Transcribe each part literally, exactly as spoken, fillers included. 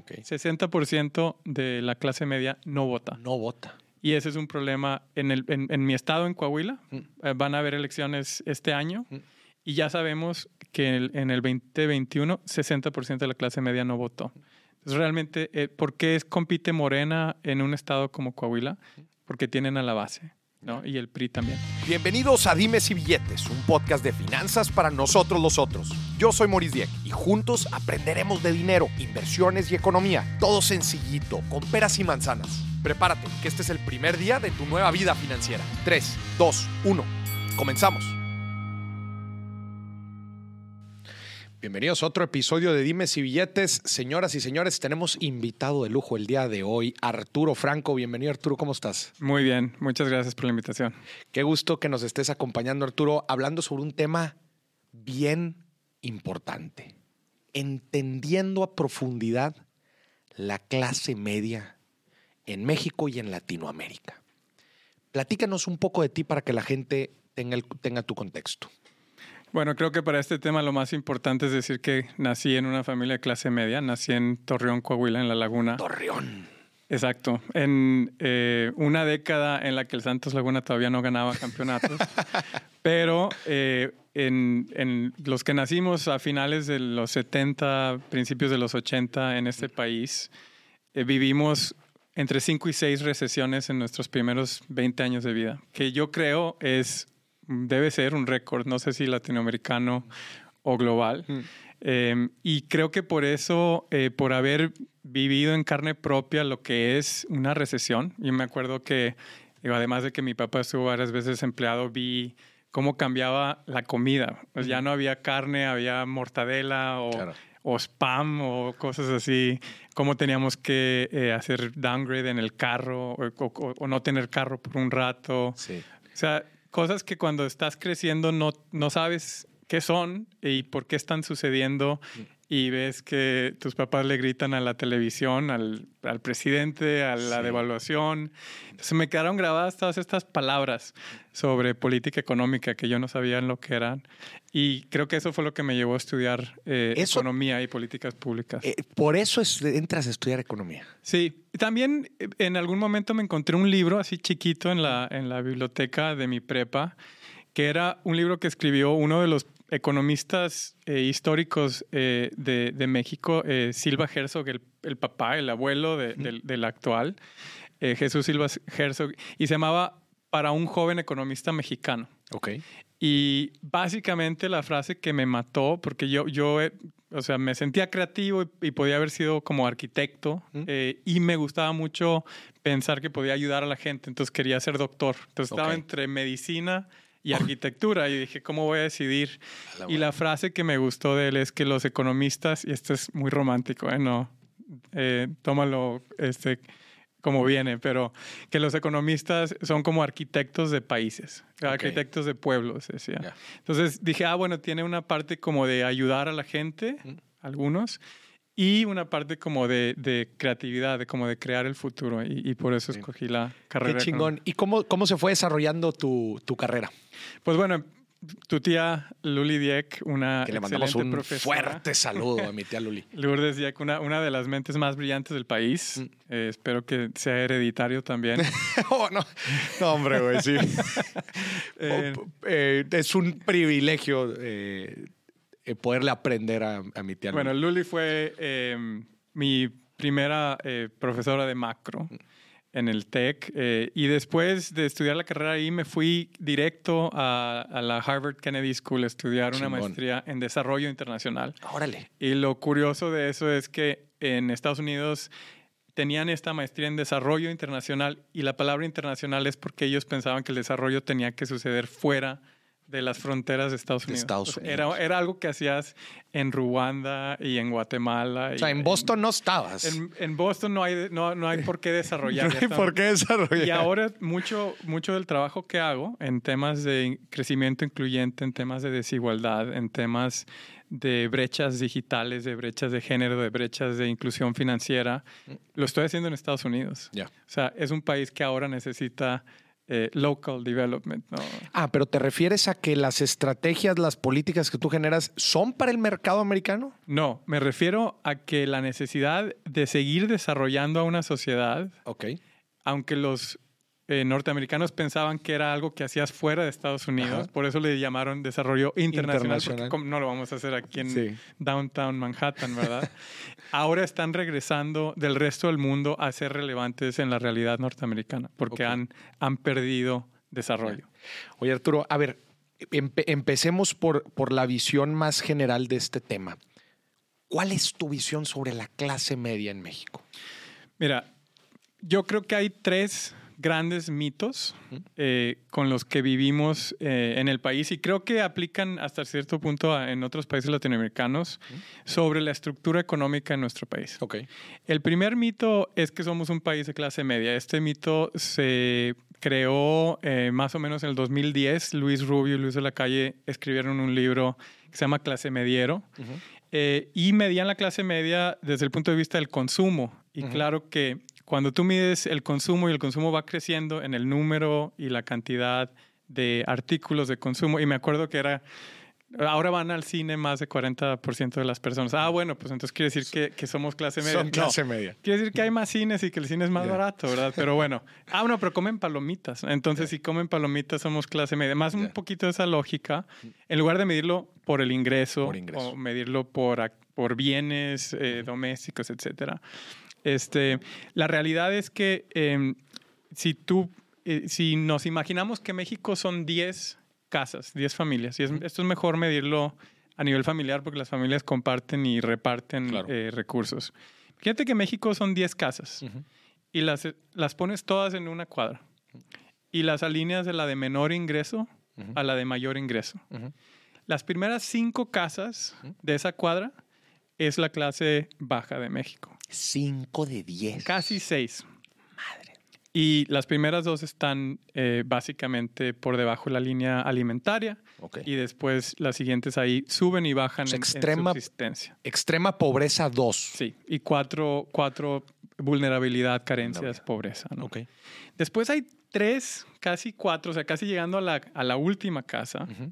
Okay. sesenta por ciento de la clase media no vota. No vota. Y ese es un problema. En, el, en, en mi estado, en Coahuila, mm. eh, van a haber elecciones este año mm. y ya sabemos que el, en el veinte veintiuno sesenta por ciento de la clase media no votó. Entonces, realmente, eh, ¿por qué compite Morena en un estado como Coahuila? Porque tienen a la base, ¿no? Y el P R I también. Bienvenidos a Dimes y Billetes, un podcast de finanzas para nosotros los otros. Yo soy Maurice Dieck y juntos aprenderemos de dinero, inversiones y economía. Todo sencillito, con peras y manzanas. Prepárate, que este es el primer día de tu nueva vida financiera. tres, dos, uno. Comenzamos. Bienvenidos a otro episodio de Dimes y Billetes. Señoras y señores, tenemos invitado de lujo el día de hoy, Arturo Franco. Bienvenido, Arturo, ¿cómo estás? Muy bien, muchas gracias por la invitación. Qué gusto que nos estés acompañando, Arturo, hablando sobre un tema bien importante. Entendiendo a profundidad la clase media en México y en Latinoamérica. Platícanos un poco de ti para que la gente tenga, el, tenga tu contexto. Bueno, creo que para este tema lo más importante es decir que nací en una familia de clase media. Nací en Torreón, Coahuila, en La Laguna. Torreón. Exacto. En eh, una década en la que el Santos Laguna todavía no ganaba campeonatos. Pero eh, en, en los que nacimos a finales de los setenta, principios de los ochenta en este país, eh, vivimos entre cinco y seis recesiones en nuestros primeros veinte años de vida, que yo creo es... debe ser un récord, no sé si latinoamericano o global. Mm. Eh, y creo que por eso, eh, por haber vivido en carne propia lo que es una recesión, yo me acuerdo que, digo, además de que mi papá estuvo varias veces empleado, vi cómo cambiaba la comida. Pues mm. ya no había carne, había mortadela o, claro. o spam o cosas así. Cómo teníamos que eh, hacer downgrade en el carro o, o, o no tener carro por un rato. Sí. O sea, cosas que cuando estás creciendo no, no sabes qué son y por qué están sucediendo y ves que tus papás le gritan a la televisión, al, al presidente, a la sí. devaluación. Entonces me quedaron grabadas todas estas palabras sobre política económica que yo no sabía lo que eran. Y creo que eso fue lo que me llevó a estudiar eh, eso, economía y políticas públicas. Eh, por eso es, entras a estudiar economía. Sí. También en algún momento me encontré un libro así chiquito en la, en la biblioteca de mi prepa, que era un libro que escribió uno de los economistas eh, históricos eh, de, de México, eh, Silva Herzog, el, el papá, el abuelo de, de, del actual, eh, Jesús Silva Herzog, y se llamaba Para un joven economista mexicano. Okay. Y básicamente la frase que me mató, porque yo, yo o sea, me sentía creativo y, y podía haber sido como arquitecto ¿Mm? eh, y me gustaba mucho pensar que podía ayudar a la gente, entonces quería ser doctor. Entonces okay. estaba entre medicina y arquitectura y dije, ¿cómo voy a decidir? La y la frase que me gustó de él es que los economistas, y esto es muy romántico, ¿eh? No, eh, tómalo este, como viene, pero que los economistas son como arquitectos de países, okay. arquitectos de pueblos, decía. Yeah. Entonces dije, ah, bueno, tiene una parte como de ayudar a la gente, mm. algunos, y una parte como de, de creatividad, de como de crear el futuro. Y, y por eso sí. escogí la carrera. Qué chingón. ¿Y cómo, cómo se fue desarrollando tu, tu carrera? Pues bueno, tu tía Luli Dieck, una que le mandamos un profesora. Fuerte saludo a mi tía Luli. Lourdes Dieck, una, una de las mentes más brillantes del país. Mm. Eh, espero que sea hereditario también. oh, no. no, hombre, güey, sí. eh, eh, es un privilegio eh, poderle aprender a, a mi tía Luli. Bueno, Luli fue eh, mi primera eh, profesora de macro en el TEC eh, y después de estudiar la carrera ahí me fui directo a, a la Harvard Kennedy School a estudiar Chingón. una maestría en desarrollo internacional. Órale. Y lo curioso de eso es que en Estados Unidos tenían esta maestría en desarrollo internacional y la palabra internacional es porque ellos pensaban que el desarrollo tenía que suceder fuera de las fronteras de Estados Unidos. De Estados Unidos. Era, era algo que hacías en Ruanda y en Guatemala. O sea, y, en Boston en, no estabas. En, en Boston no hay, no, no hay por qué desarrollar. no hay por qué desarrollar. Y ahora mucho, mucho del trabajo que hago en temas de crecimiento incluyente, en temas de desigualdad, en temas de brechas digitales, de brechas de género, de brechas de inclusión financiera, lo estoy haciendo en Estados Unidos. Yeah. O sea, es un país que ahora necesita eh, local development, ¿no? Ah, pero ¿te refieres a que las estrategias, las políticas que tú generas son para el mercado americano? No, me refiero a que la necesidad de seguir desarrollando a una sociedad, Ok. aunque los eh, norteamericanos pensaban que era algo que hacías fuera de Estados Unidos, Ajá. por eso le llamaron desarrollo internacional, Internacional. porque no lo vamos a hacer aquí en Sí. Downtown Manhattan, ¿verdad? Ahora están regresando del resto del mundo a ser relevantes en la realidad norteamericana, porque Ok. han, han perdido desarrollo. Oye, Arturo, a ver, empe- empecemos por, por la visión más general de este tema. ¿Cuál es tu visión sobre la clase media en México? Mira, yo creo que hay tres grandes mitos eh, con los que vivimos eh, en el país y creo que aplican hasta cierto punto a, en otros países latinoamericanos sobre la estructura económica en nuestro país. Ok. El primer mito es que somos un país de clase media. Este mito se creó eh, más o menos en el dos mil diez. Luis Rubio y Luis de la Calle escribieron un libro que se llama Clase Mediero. Uh-huh. Eh, y medían la clase media desde el punto de vista del consumo. Y Uh-huh. claro que cuando tú mides el consumo y el consumo va creciendo en el número y la cantidad de artículos de consumo, y me acuerdo que era, ahora van al cine más de cuarenta por ciento de las personas. Ah, bueno, pues entonces quiere decir que, que somos clase media. Son clase No, media. quiere decir que hay más cines y que el cine es más Yeah. barato, ¿verdad? Pero bueno. Ah, no, pero comen palomitas. Entonces, Yeah. si comen palomitas, somos clase media. Más Yeah. un poquito de esa lógica, en lugar de medirlo por el ingreso, Por ingreso. o medirlo por, ac- por bienes eh, domésticos, etcétera. Este, la realidad es que eh, si tú, eh, si nos imaginamos que México son diez casas, diez familias, y es, esto es mejor medirlo a nivel familiar porque las familias comparten y reparten Claro. eh, recursos. Fíjate que México son diez casas Uh-huh. y las, las pones todas en una cuadra y las alineas de la de menor ingreso Uh-huh. a la de mayor ingreso. Uh-huh. Las primeras cinco casas de esa cuadra es la clase baja de México. Cinco de diez. Casi seis. Madre. Y las primeras dos están eh, básicamente por debajo de la línea alimentaria. Ok. Y después las siguientes ahí suben y bajan O sea, en, extrema- en subsistencia. Extrema pobreza dos. Sí. Y cuatro, cuatro vulnerabilidad, carencias, Vulnerabilidad. pobreza, ¿no? Ok. Después hay tres, casi cuatro, o sea, casi llegando a la, a la última casa, Uh-huh.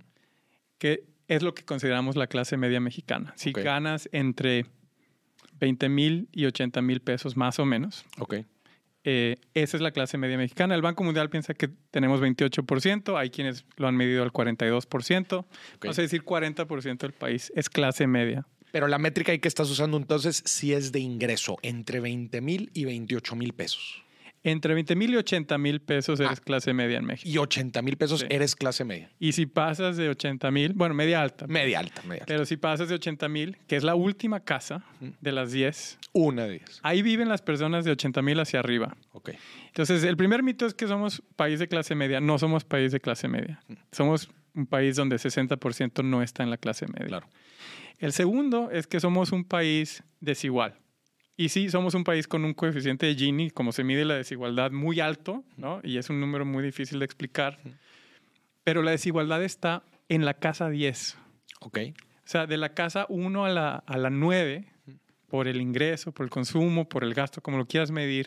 que es lo que consideramos la clase media mexicana. Si Ok. ganas entre veinte mil y ochenta mil pesos más o menos, Ok. eh, esa es la clase media mexicana. El Banco Mundial piensa que tenemos veintiocho por ciento, hay quienes lo han medido al cuarenta y dos por ciento, Ok. vamos a decir cuarenta por ciento del país es clase media. Pero la métrica ahí que estás usando entonces sí es de ingreso, entre veinte mil y veintiocho mil pesos. Entre veinte mil y ochenta mil pesos eres Ah. clase media en México. Y ochenta mil pesos Sí. eres clase media. Y si pasas de ochenta mil, bueno, media alta. Media alta, media alta. Pero si pasas de ochenta mil, que es la última casa de las diez, Una de diez. ahí viven las personas de ochenta mil hacia arriba. Ok. Entonces, el primer mito es que somos país de clase media. No somos país de clase media. Somos un país donde sesenta por ciento no está en la clase media. Claro. El segundo es que somos un país desigual. Y sí, somos un país con un coeficiente de Gini, como se mide la desigualdad, muy alto, ¿no? Y es un número muy difícil de explicar. Pero la desigualdad está en la casa diez. Ok. O sea, de la casa uno a la, a la nueve, por el ingreso, por el consumo, por el gasto, como lo quieras medir,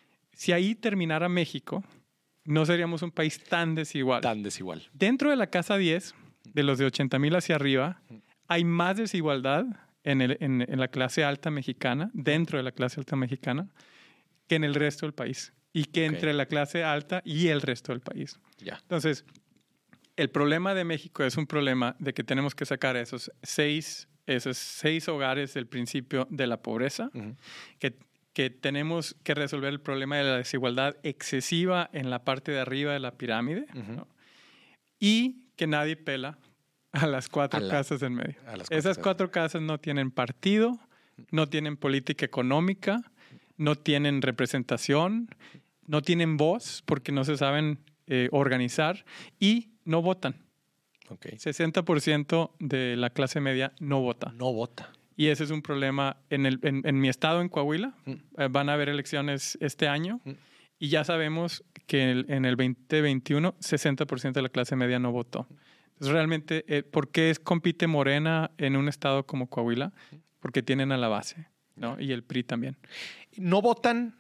si ahí terminara México, no seríamos un país tan desigual. Tan desigual. Dentro de la casa diez, de los de ochenta mil hacia arriba, hay más desigualdad en, el, en, en la clase alta mexicana, dentro de la clase alta mexicana, que en el resto del país. Y que Ok. entre la clase alta y el resto del país. Ya. Entonces, el problema de México es un problema de que tenemos que sacar esos seis, esos seis hogares del principio de la pobreza, Ujú. que, que tenemos que resolver el problema de la desigualdad excesiva en la parte de arriba de la pirámide, Ujú. ¿no? Y que nadie pela a las cuatro A la- casas en medio. a las cuatro Esas casas. cuatro casas no tienen partido, no tienen política económica, no tienen representación, no tienen voz porque no se saben eh, organizar y no votan. Ok. sesenta por ciento de la clase media no vota. No vota. Y ese es un problema. En, el, en, en mi estado, en Coahuila, Mm. eh, van a haber elecciones este año Mm. y ya sabemos que en el, en el veinte veintiuno, sesenta por ciento de la clase media no votó. Entonces, realmente, eh, ¿por qué es, compite Morena en un estado como Coahuila? Porque tienen a la base, ¿no? Y el P R I también. No votan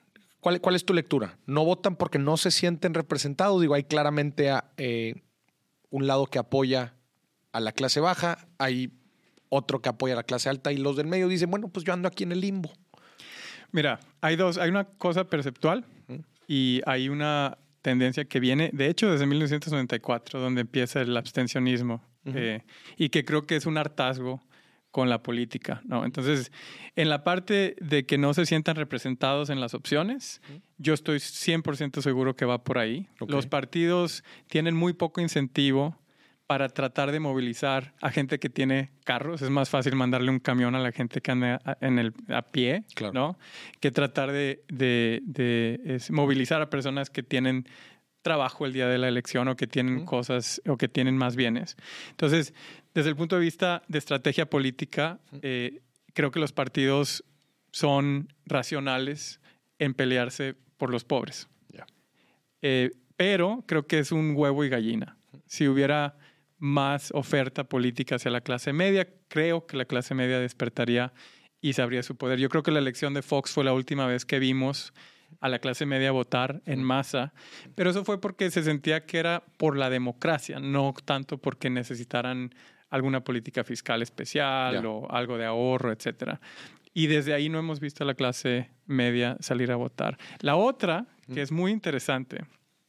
¿Cuál, ¿Cuál es tu lectura? ¿No votan porque no se sienten representados? Digo, hay claramente a, eh, un lado que apoya a la clase baja, hay otro que apoya a la clase alta y los del medio dicen, bueno, pues yo ando aquí en el limbo. Mira, hay dos. Hay una cosa perceptual ¿Mm? y hay una tendencia que viene, de hecho, desde mil novecientos noventa y cuatro, donde empieza el abstencionismo, uh-huh. eh, y que creo que es un hartazgo con la política, ¿no? Entonces, en la parte de que no se sientan representados en las opciones, uh-huh. yo estoy cien por ciento seguro que va por ahí. Okay. Los partidos tienen muy poco incentivo para tratar de movilizar a gente que tiene carros. Es más fácil mandarle un camión a la gente que anda en el, a pie, claro. ¿no? Que tratar de, de, de es, movilizar a personas que tienen trabajo el día de la elección o que tienen uh-huh. cosas o que tienen más bienes. Entonces, desde el punto de vista de estrategia política, uh-huh. eh, creo que los partidos son racionales en pelearse por los pobres. Yeah. Eh, pero creo que es un huevo y gallina. Uh-huh. Si hubiera más oferta política hacia la clase media, creo que la clase media despertaría y sabría su poder. Yo creo que la elección de Fox fue la última vez que vimos a la clase media votar en masa, pero eso fue porque se sentía que era por la democracia, no tanto porque necesitaran alguna política fiscal especial yeah. o algo de ahorro, etcétera. Y desde ahí no hemos visto a la clase media salir a votar. La otra, que es muy interesante,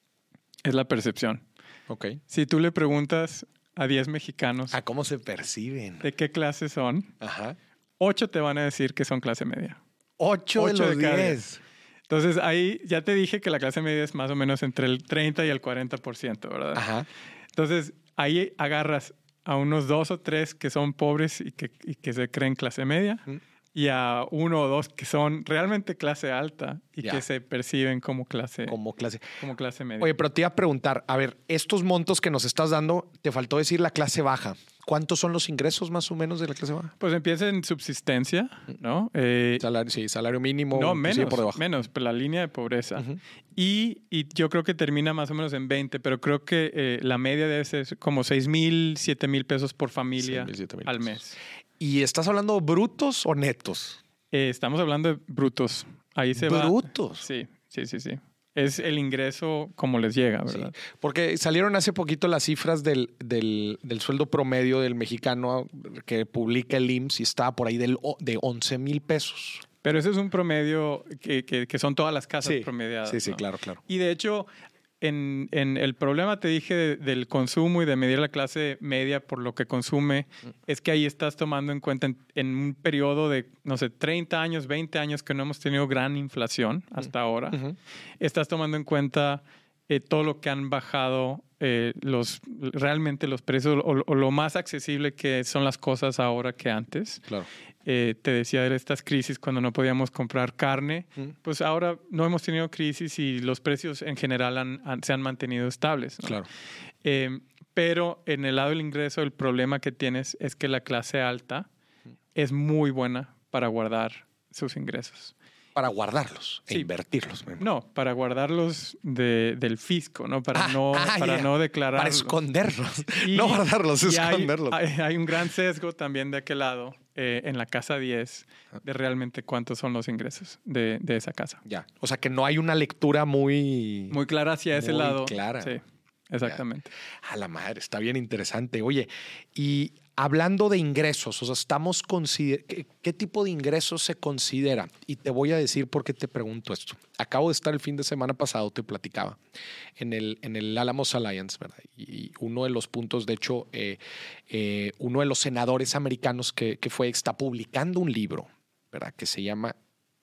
es la percepción. Okay. Si tú le preguntas a diez mexicanos ¿a cómo se perciben? ¿De qué clase son? Ajá. ocho te van a decir que son clase media. ocho de los diez. Entonces ahí ya te dije que la clase media es más o menos entre el treinta y el cuarenta por ciento, ¿verdad? Ajá. Entonces ahí agarras a unos dos o tres que son pobres y que, y que se creen clase media ¿Mm? y a uno o dos que son realmente clase alta y ya. que se perciben como clase, como clase como clase media. Oye, pero te iba a preguntar, a ver, estos montos que nos estás dando, te faltó decir la clase baja. ¿Cuántos son los ingresos más o menos de la clase baja? Pues empieza en subsistencia, ¿no? Eh, salario, sí, salario mínimo. No, menos, por debajo. menos, pero la línea de pobreza. Uh-huh. Y, y yo creo que termina más o menos en veinte, pero creo que eh, la media debe ser como seis mil, siete mil pesos por familia al mes. ¿Y estás hablando brutos o netos? Eh, estamos hablando de brutos. Ahí se va. ¿Brutos? Sí, sí, sí, sí. Es el ingreso como les llega, ¿verdad? Sí, porque salieron hace poquito las cifras del, del, del sueldo promedio del mexicano que publica el I M S S y estaba por ahí del, de once mil pesos. Pero ese es un promedio que, que, que son todas las casas sí, promediadas. Sí, sí, ¿no? claro, claro. Y de hecho, en, en el problema, te dije, de, del consumo y de medir la clase media por lo que consume, mm. es que ahí estás tomando en cuenta en, en un periodo de, no sé, treinta años, veinte años que no hemos tenido gran inflación hasta mm. ahora. Uh-huh. Estás tomando en cuenta eh, todo lo que han bajado eh, los, realmente los precios o, o lo más accesible que son las cosas ahora que antes. Claro. Eh, te decía de estas crisis cuando no podíamos comprar carne, mm. pues ahora no hemos tenido crisis y los precios en general han, han, se han mantenido estables, ¿no? Claro. Eh, pero en el lado del ingreso el problema que tienes es que la clase alta mm. es muy buena para guardar sus ingresos. Para guardarlos e sí. invertirlos. No, para guardarlos de, del fisco, ¿no? Para, ah, no, ah, para yeah. no declararlos. Para esconderlos. Y, no guardarlos, esconderlos. Hay, hay, hay un gran sesgo también de aquel lado, eh, en la casa diez, de realmente cuántos son los ingresos de, de esa casa. Ya. O sea, que no hay una lectura muy... Muy clara hacia ese muy lado. clara. Sí, exactamente. Ya. A la madre, está bien interesante. Oye, y... hablando de ingresos, o sea, estamos consider- ¿qué, ¿qué tipo de ingresos se considera? Y te voy a decir por qué te pregunto esto. Acabo de estar el fin de semana pasado, te platicaba, en el, en el Alamos Alliance, ¿verdad? Y uno de los puntos, de hecho, eh, eh, uno de los senadores americanos que, que fue, está publicando un libro, ¿verdad? Que se llama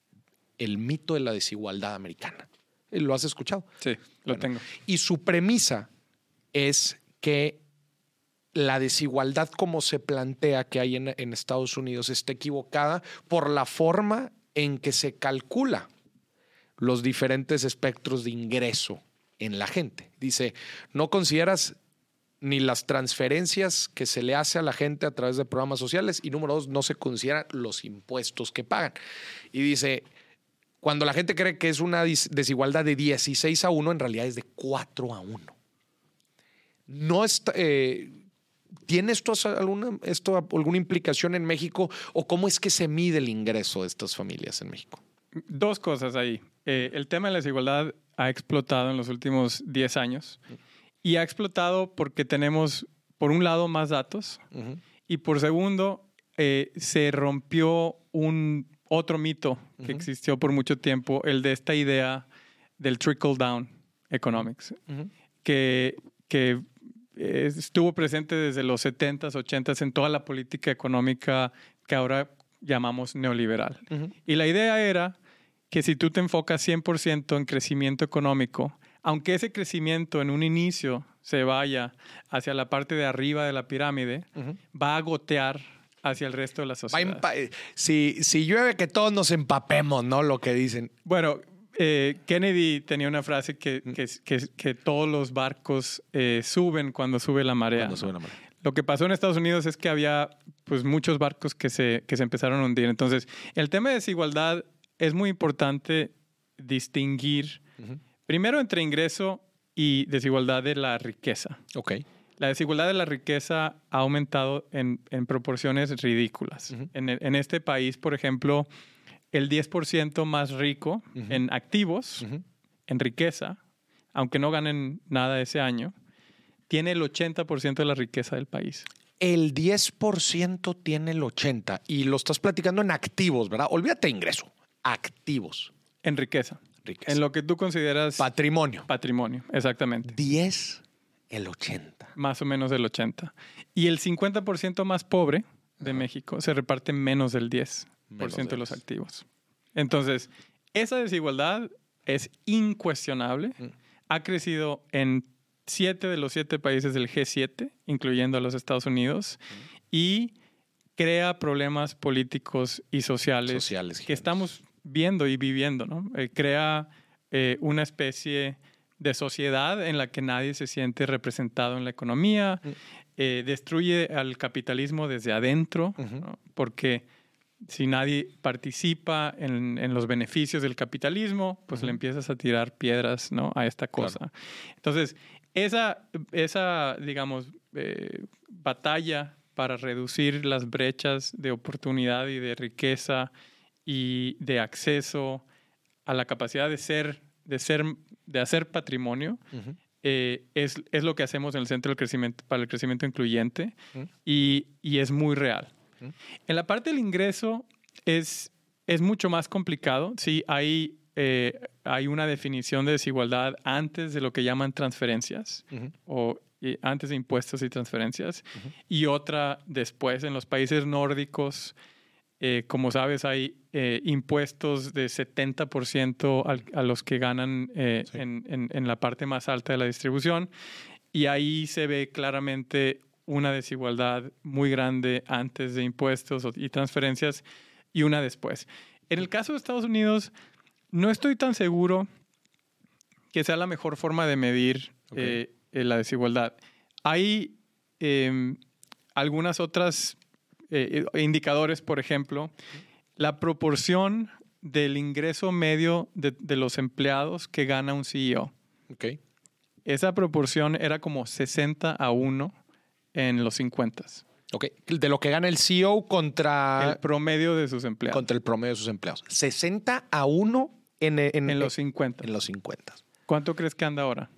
El mito de la desigualdad americana. ¿Lo has escuchado? Sí, lo bueno, tengo. Y su premisa es que la desigualdad como se plantea que hay en, en Estados Unidos está equivocada por la forma en que se calcula los diferentes espectros de ingreso en la gente. Dice, no consideras ni las transferencias que se le hace a la gente a través de programas sociales y número dos, no se consideran los impuestos que pagan. Y dice, cuando la gente cree que es una desigualdad de dieciséis a uno, en realidad es de cuatro a uno. No está... Eh, ¿Tiene esto alguna, esto alguna implicación en México o cómo es que se mide el ingreso de estas familias en México? Dos cosas ahí. eh, el tema de la desigualdad ha explotado en los últimos diez años y ha explotado porque tenemos, por un lado, más datos uh-huh. y por segundo, eh, se rompió un otro mito que uh-huh. existió por mucho tiempo, el de esta idea del trickle-down economics, uh-huh. que, que estuvo presente desde los setentas, ochentas en toda la política económica que ahora llamamos neoliberal. Uh-huh. Y la idea era que si tú te enfocas cien por ciento en crecimiento económico, aunque ese crecimiento en un inicio se vaya hacia la parte de arriba de la pirámide, uh-huh. va a gotear hacia el resto de la sociedad. Empa- si, si llueve, que todos nos empapemos, ¿no? Lo que dicen. Bueno, eh, Kennedy tenía una frase que, que, que, que todos los barcos eh, suben cuando sube la marea. Cuando sube la marea. Lo que pasó en Estados Unidos es que había pues, muchos barcos que se, que se empezaron a hundir. Entonces, el tema de desigualdad es muy importante distinguir uh-huh. primero entre ingreso y desigualdad de la riqueza. Okay. La desigualdad de la riqueza ha aumentado en, en proporciones ridículas. Uh-huh. En, en este país, por ejemplo, el diez por ciento más rico uh-huh. en activos, uh-huh. en riqueza, aunque no ganen nada ese año, tiene el ochenta por ciento de la riqueza del país. El diez por ciento tiene el ochenta por ciento y lo estás platicando en activos, ¿verdad? Olvídate de ingreso. Activos. En riqueza. Riqueza. En lo que tú consideras... Patrimonio. Patrimonio, exactamente. diez, el ochenta. Más o menos el ochenta. Y el cincuenta por ciento más pobre de uh-huh. México se reparte menos del diez por ciento de los activos. Entonces, esa desigualdad es incuestionable. Uh-huh. Ha crecido en siete de los siete países del G siete, incluyendo a los Estados Unidos, uh-huh. y crea problemas políticos y sociales, sociales que estamos viendo y viviendo, ¿no? Eh, crea eh, una especie de sociedad en la que nadie se siente representado en la economía, uh-huh. eh, destruye al capitalismo desde adentro, uh-huh. ¿no? Porque si nadie participa en, en los beneficios del capitalismo, pues uh-huh. le empiezas a tirar piedras, ¿no? A esta cosa. Claro. Entonces, esa, esa digamos, eh, batalla para reducir las brechas de oportunidad y de riqueza y de acceso a la capacidad de ser, de ser, de hacer patrimonio, uh-huh. eh, es, es lo que hacemos en el Centro del Crecimiento, para el Crecimiento Incluyente uh-huh. y, y es muy real. Uh-huh. En la parte del ingreso es, es mucho más complicado. Sí, hay, eh, hay una definición de desigualdad antes de lo que llaman transferencias uh-huh. o eh, antes de impuestos y transferencias uh-huh. y otra después. En los países nórdicos, Eh, como sabes, hay eh, impuestos de setenta por ciento al, a los que ganan eh, sí. en, en, en la parte más alta de la distribución. Y ahí se ve claramente una desigualdad muy grande antes de impuestos y transferencias y una después. En el caso de Estados Unidos, no estoy tan seguro que sea la mejor forma de medir okay. eh, eh, la desigualdad. Hay eh, algunas otras... Eh, indicadores, por ejemplo, la proporción del ingreso medio de, de los empleados que gana un C E O. Okay. Esa proporción era como sesenta a uno en los cincuenta. Ok. De lo que gana el C E O contra... El promedio de sus empleados. Contra el promedio de sus empleados. sesenta a uno en, en, en los cincuenta. En los cincuenta. ¿Cuánto crees que anda ahora?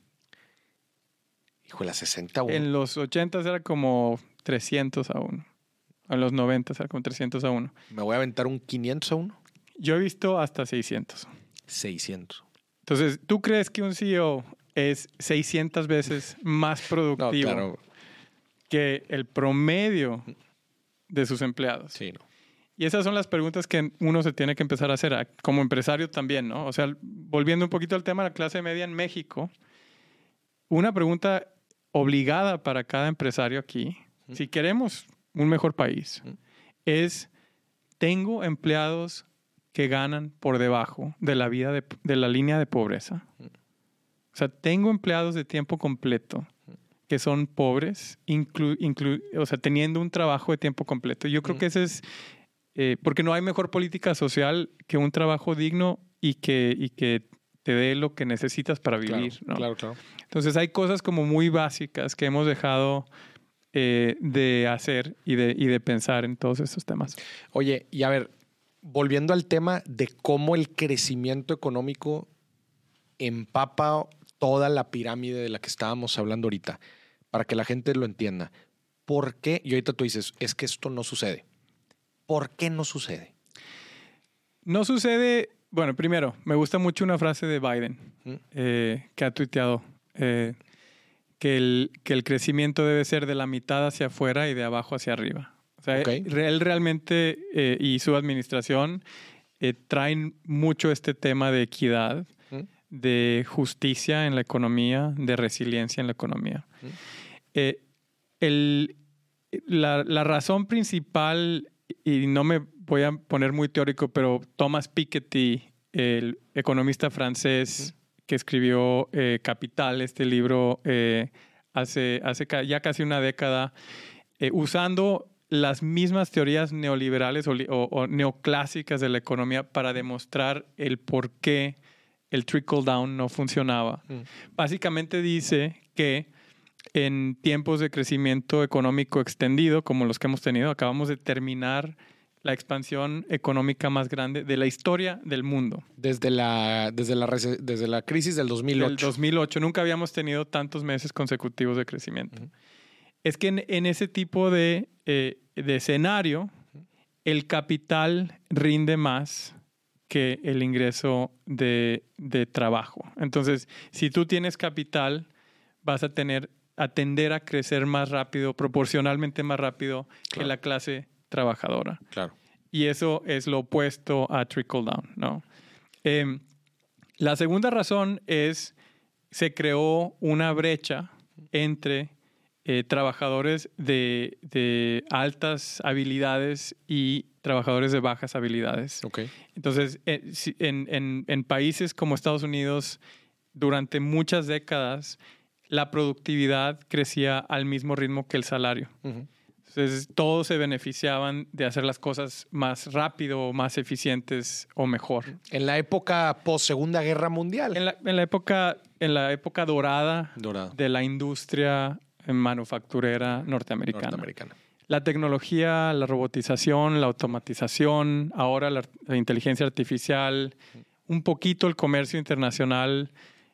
Híjole, sesenta a uno. En los ochenta era como trescientos a uno. En los noventa era como trescientos a uno. ¿Me voy a aventar un quinientos a uno? Yo he visto hasta seiscientos. seiscientos. Entonces, ¿tú crees que un C E O es seiscientas veces más productivo no, claro. que el promedio de sus empleados? Sí, no. Y esas son las preguntas que uno se tiene que empezar a hacer como empresario también, ¿no? O sea, volviendo un poquito al tema de la clase media en México, una pregunta obligada para cada empresario aquí, ¿Mm? si queremos un mejor país, ¿Mm? es, ¿tengo empleados que ganan por debajo de la, vida de, de la línea de pobreza? ¿Mm? O sea, ¿tengo empleados de tiempo completo que son pobres, inclu, inclu, o sea, teniendo un trabajo de tiempo completo? Yo creo ¿Mm? que ese es... Eh, porque no hay mejor política social que un trabajo digno y que, y que te dé lo que necesitas para vivir, claro, ¿no? Claro, claro. Entonces hay cosas como muy básicas que hemos dejado eh, de hacer y de, y de pensar en todos estos temas. Oye, y a ver, volviendo al tema de cómo el crecimiento económico empapa toda la pirámide de la que estábamos hablando ahorita, para que la gente lo entienda. ¿Por qué? Y ahorita tú dices, es que esto no sucede. ¿Por qué no sucede? No sucede, bueno, primero, me gusta mucho una frase de Biden ¿Mm? eh, que ha tuiteado, eh, que, el, que el crecimiento debe ser de la mitad hacia afuera y de abajo hacia arriba. O sea, okay. él realmente eh, y su administración eh, traen mucho este tema de equidad, ¿Mm? de justicia en la economía, de resiliencia en la economía. ¿Mm? Eh, el, la, la razón principal, y no me voy a poner muy teórico, pero Thomas Piketty, el economista francés que escribió eh, Capital, este libro eh, hace, hace ya casi una década, eh, usando las mismas teorías neoliberales o, o, o neoclásicas de la economía para demostrar el por qué el trickle down no funcionaba. Mm. Básicamente dice que en tiempos de crecimiento económico extendido, como los que hemos tenido, acabamos de terminar la expansión económica más grande de la historia del mundo. Desde la, desde la, desde la crisis del dos mil ocho. Del dos mil ocho. Nunca habíamos tenido tantos meses consecutivos de crecimiento. Uh-huh. Es que en, en ese tipo de, eh, de escenario, uh-huh. el capital rinde más que el ingreso de, de trabajo. Entonces, si tú tienes capital, vas a tener a tender a crecer más rápido, proporcionalmente más rápido claro. que la clase trabajadora. Claro. Y eso es lo opuesto a trickle down, ¿no? Eh, la segunda razón es, se creó una brecha entre eh, trabajadores de, de altas habilidades y trabajadores de bajas habilidades. Okay. Entonces, eh, si, en, en, en países como Estados Unidos, durante muchas décadas, la productividad crecía al mismo ritmo que el salario. Uh-huh. Entonces, todos se beneficiaban de hacer las cosas más rápido, más eficientes o mejor. En la época post-Segunda Guerra Mundial. En la, en la, época, en la época dorada Dorado. de la industria manufacturera norteamericana. norteamericana. La tecnología, la robotización, la automatización, ahora la, la inteligencia artificial, un poquito el comercio internacional,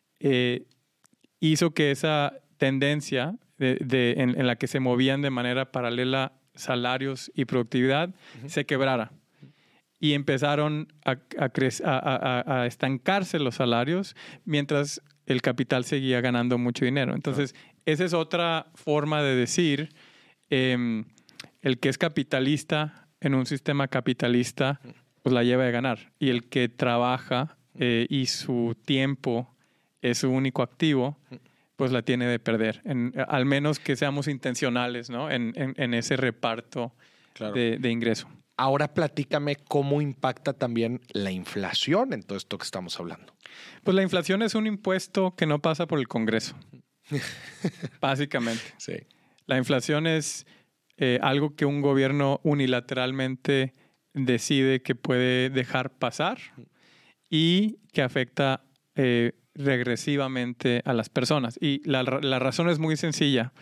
eh, hizo que esa tendencia de, de, en, en la que se movían de manera paralela salarios y productividad uh-huh. se quebrara. Y empezaron a, a, cre- a, a, a estancarse los salarios mientras el capital seguía ganando mucho dinero. Entonces, uh-huh. esa es otra forma de decir, eh, el que es capitalista en un sistema capitalista, pues la lleva de ganar. Y el que trabaja eh, y su tiempo es su único activo, pues la tiene de perder. En, al menos que seamos intencionales, ¿no? en, en, en ese reparto claro. de, de ingreso. Ahora platícame cómo impacta también la inflación en todo esto que estamos hablando. Pues la inflación es un impuesto que no pasa por el Congreso, básicamente. Sí. La inflación es eh, algo que un gobierno unilateralmente decide que puede dejar pasar y que afecta eh, regresivamente a las personas. Y la, la razón es muy sencilla.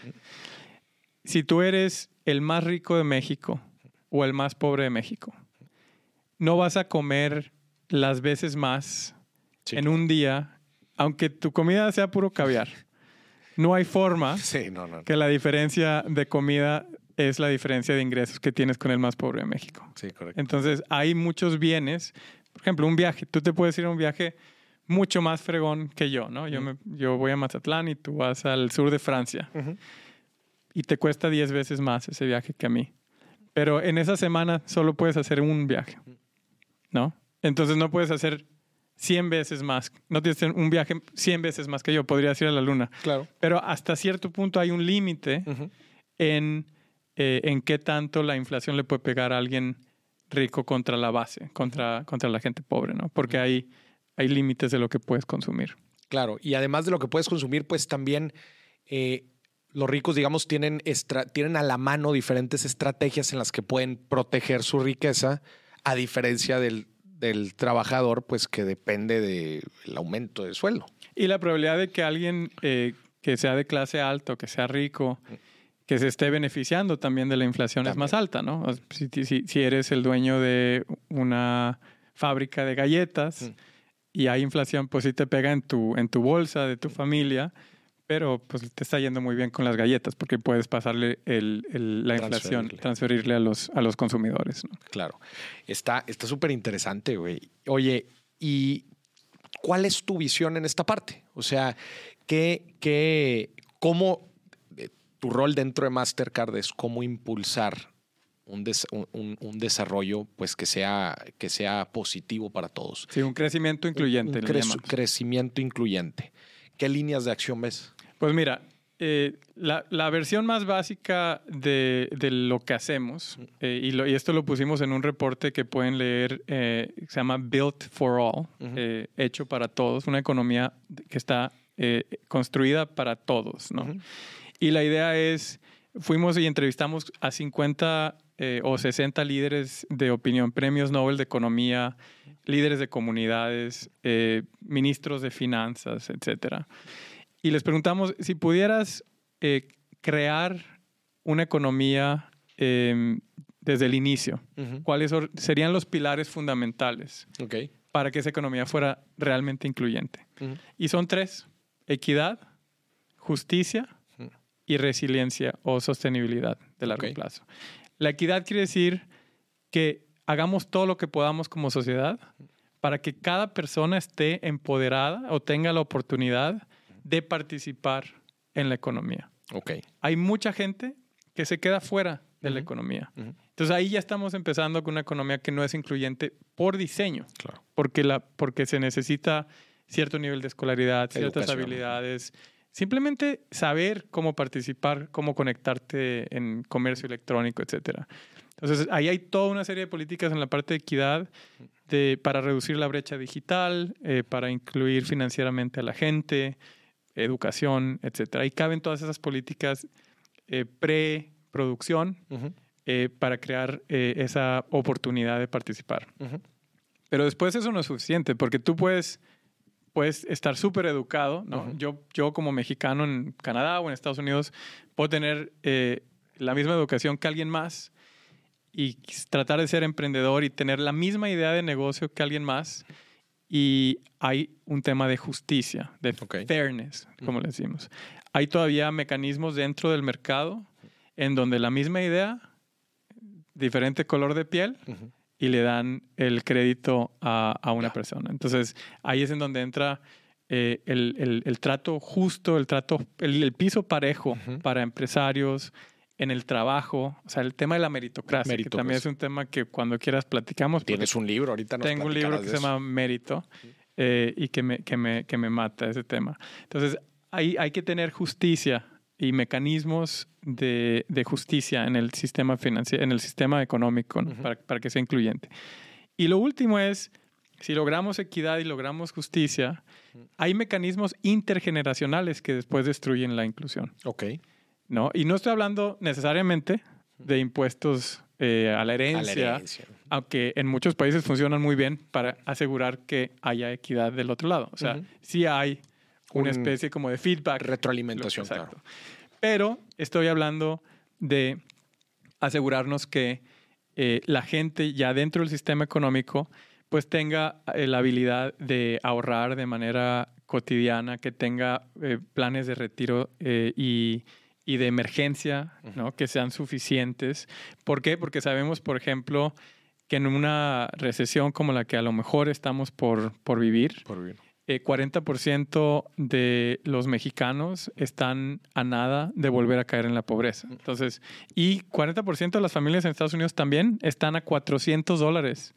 Si tú eres el más rico de México o el más pobre de México, no vas a comer las veces más sí, en un día, aunque tu comida sea puro caviar. No hay forma sí, no, no. que la diferencia de comida es la diferencia de ingresos que tienes con el más pobre de México. Sí, correcto. Entonces, hay muchos bienes. Por ejemplo, un viaje. Tú te puedes ir a un viaje mucho más fregón que yo, ¿no? Yo, uh-huh. me, yo voy a Mazatlán y tú vas al sur de Francia. Uh-huh. Y te cuesta diez veces más ese viaje que a mí. Pero en esa semana solo puedes hacer un viaje, ¿no? Entonces no puedes hacer cien veces más. No tienes que hacer un viaje cien veces más que yo. Podrías ir a la luna. Claro. Pero hasta cierto punto hay un límite uh-huh. en, eh, en qué tanto la inflación le puede pegar a alguien rico contra la base, contra, contra la gente pobre, ¿no? Porque uh-huh. hay, hay límites de lo que puedes consumir. Claro. Y además de lo que puedes consumir, pues también... Eh, los ricos, digamos, tienen, estra- tienen a la mano diferentes estrategias en las que pueden proteger su riqueza, a diferencia del, del trabajador, pues que depende del aumento de sueldo. Y la probabilidad de que alguien eh, que sea de clase alta o que sea rico, que se esté beneficiando también de la inflación también es más alta, ¿no? Si, si, si eres el dueño de una fábrica de galletas mm. y hay inflación, pues sí te pega en tu, en tu bolsa de tu familia, pero pues te está yendo muy bien con las galletas porque puedes pasarle el, el, la inflación, transferirle a los, a los consumidores, ¿no? Claro. Está súper interesante, güey. Oye, ¿y cuál es tu visión en esta parte? O sea, ¿qué, qué, cómo tu rol dentro de Mastercard es cómo impulsar un, des, un, un desarrollo pues, que, sea, que sea positivo para todos? Sí, un crecimiento incluyente. Un, un cre- crecimiento incluyente. ¿Qué líneas de acción ves? Pues mira, eh, la, la versión más básica de, de lo que hacemos, eh, y, lo, y esto lo pusimos en un reporte que pueden leer, eh, se llama Built for All, uh-huh. eh, hecho para todos, una economía que está eh, construida para todos, ¿no? Uh-huh. Y la idea es, fuimos y entrevistamos a cincuenta eh, o sesenta líderes de opinión, premios Nobel de Economía, líderes de comunidades, eh, ministros de finanzas, etcétera. Y les preguntamos, si pudieras eh, crear una economía eh, desde el inicio, uh-huh. ¿cuáles serían los pilares fundamentales okay. para que esa economía fuera realmente incluyente? Uh-huh. Y son tres: equidad, justicia y resiliencia o sostenibilidad de largo okay. plazo. La equidad quiere decir que hagamos todo lo que podamos como sociedad para que cada persona esté empoderada o tenga la oportunidad de participar en la economía. Okay. Hay mucha gente que se queda fuera de uh-huh. la economía. Uh-huh. Entonces ahí ya estamos empezando con una economía que no es incluyente por diseño, claro. porque, la, porque se necesita cierto nivel de escolaridad, ciertas Educación. habilidades. Simplemente saber cómo participar, cómo conectarte en comercio electrónico, etcétera. Entonces, ahí hay toda una serie de políticas en la parte de equidad de, para reducir la brecha digital, eh, para incluir financieramente a la gente, educación, etcétera. Ahí caben todas esas políticas eh, pre-producción uh-huh. eh, para crear eh, esa oportunidad de participar. Uh-huh. Pero después eso no es suficiente, porque tú puedes... puedes estar súper educado, ¿no? Uh-huh. Yo, yo como mexicano en Canadá o en Estados Unidos puedo tener eh, la misma educación que alguien más y tratar de ser emprendedor y tener la misma idea de negocio que alguien más. Y hay un tema de justicia, de okay. fairness, como uh-huh. le decimos. Hay todavía mecanismos dentro del mercado en donde la misma idea, diferente color de piel, uh-huh. y le dan el crédito a, a una yeah. persona. Entonces, ahí es en donde entra eh, el, el, el trato justo, el trato, el, el piso parejo uh-huh. para empresarios, en el trabajo, o sea, el tema de la meritocracia, Mérito, que también pues. es un tema que cuando quieras platicamos. Tienes un libro, ahorita nos Tengo un libro que se llama Mérito eh, y que me, que, me, que me mata ese tema. Entonces, hay, hay que tener justicia y mecanismos de, de justicia en el sistema financiero, en el sistema económico, ¿no? uh-huh. para, para que sea incluyente. Y lo último es, si logramos equidad y logramos justicia, uh-huh. hay mecanismos intergeneracionales que después destruyen la inclusión. Ok. ¿No? Y no estoy hablando necesariamente de impuestos eh, a la herencia, a la herencia, aunque en muchos países funcionan muy bien para asegurar que haya equidad del otro lado. O sea, uh-huh. sí hay una Un especie como de feedback. Retroalimentación, Exacto. claro. Pero estoy hablando de asegurarnos que eh, la gente ya dentro del sistema económico pues tenga eh, la habilidad de ahorrar de manera cotidiana, que tenga eh, planes de retiro eh, y, y de emergencia, ¿no? Que sean suficientes. ¿Por qué? Porque sabemos, por ejemplo, que en una recesión como la que a lo mejor estamos por, por vivir, por vivir. Eh, cuarenta por ciento de los mexicanos están a nada de volver a caer en la pobreza. Entonces, y cuarenta por ciento de las familias en Estados Unidos también están a cuatrocientos dólares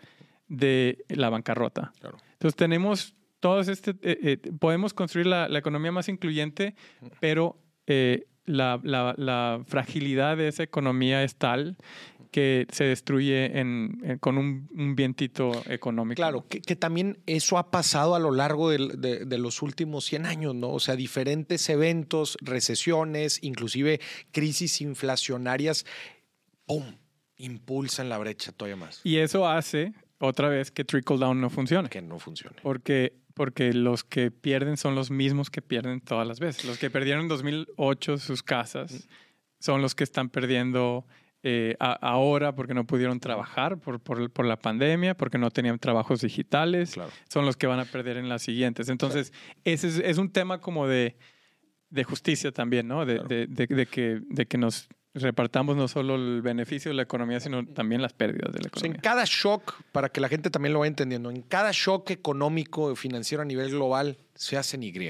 de la bancarrota. Claro. Entonces, tenemos todos este... Eh, eh, podemos construir la, la economía más incluyente, pero eh, la, la, la fragilidad de esa economía es tal que se destruye en, en, con un, un vientito económico. Claro, que, que también eso ha pasado a lo largo de, de, de los últimos cien años, ¿no? O sea, diferentes eventos, recesiones, inclusive crisis inflacionarias, ¡pum!, impulsan la brecha todavía más. Y eso hace, otra vez, que trickle down no funcione. Que no funcione. Porque, porque los que pierden son los mismos que pierden todas las veces. Los que perdieron en dos mil ocho sus casas... son los que están perdiendo eh, a, ahora porque no pudieron trabajar por, por, por la pandemia, porque no tenían trabajos digitales. Claro. Son los que van a perder en las siguientes. Entonces, claro. ese es, es un tema como de, de justicia también, ¿no? De, claro. de, de, de, que, de que nos repartamos no solo el beneficio de la economía, sino también las pérdidas de la economía. O sea, en cada shock, para que la gente también lo vaya entendiendo, en cada shock económico o financiero a nivel global se hacen Y.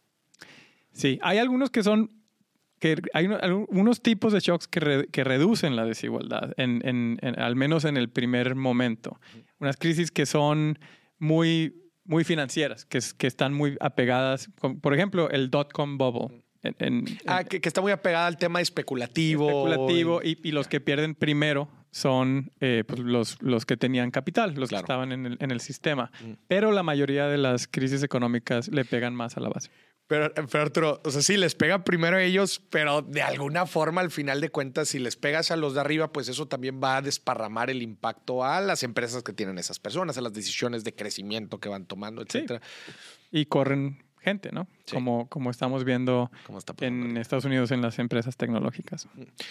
Sí, hay algunos que son, que hay unos tipos de shocks que, re, que reducen la desigualdad, en, en, en, al menos en el primer momento. Unas crisis que son muy, muy financieras, que, que están muy apegadas, por ejemplo, el dot-com bubble. En, en, ah, en, que, que está muy apegada al tema especulativo. Especulativo, y, y los que pierden primero son eh, pues los, los que tenían capital, los claro. que estaban en el, en el sistema. Mm. Pero la mayoría de las crisis económicas le pegan más a la base. Pero, pero Arturo, o sea, sí, les pega primero a ellos, pero de alguna forma, al final de cuentas, si les pegas a los de arriba, pues eso también va a desparramar el impacto a las empresas que tienen esas personas, a las decisiones de crecimiento que van tomando, etcétera. Sí. Y corren gente, ¿no? Sí. Como, como estamos viendo en Estados Unidos en las empresas tecnológicas.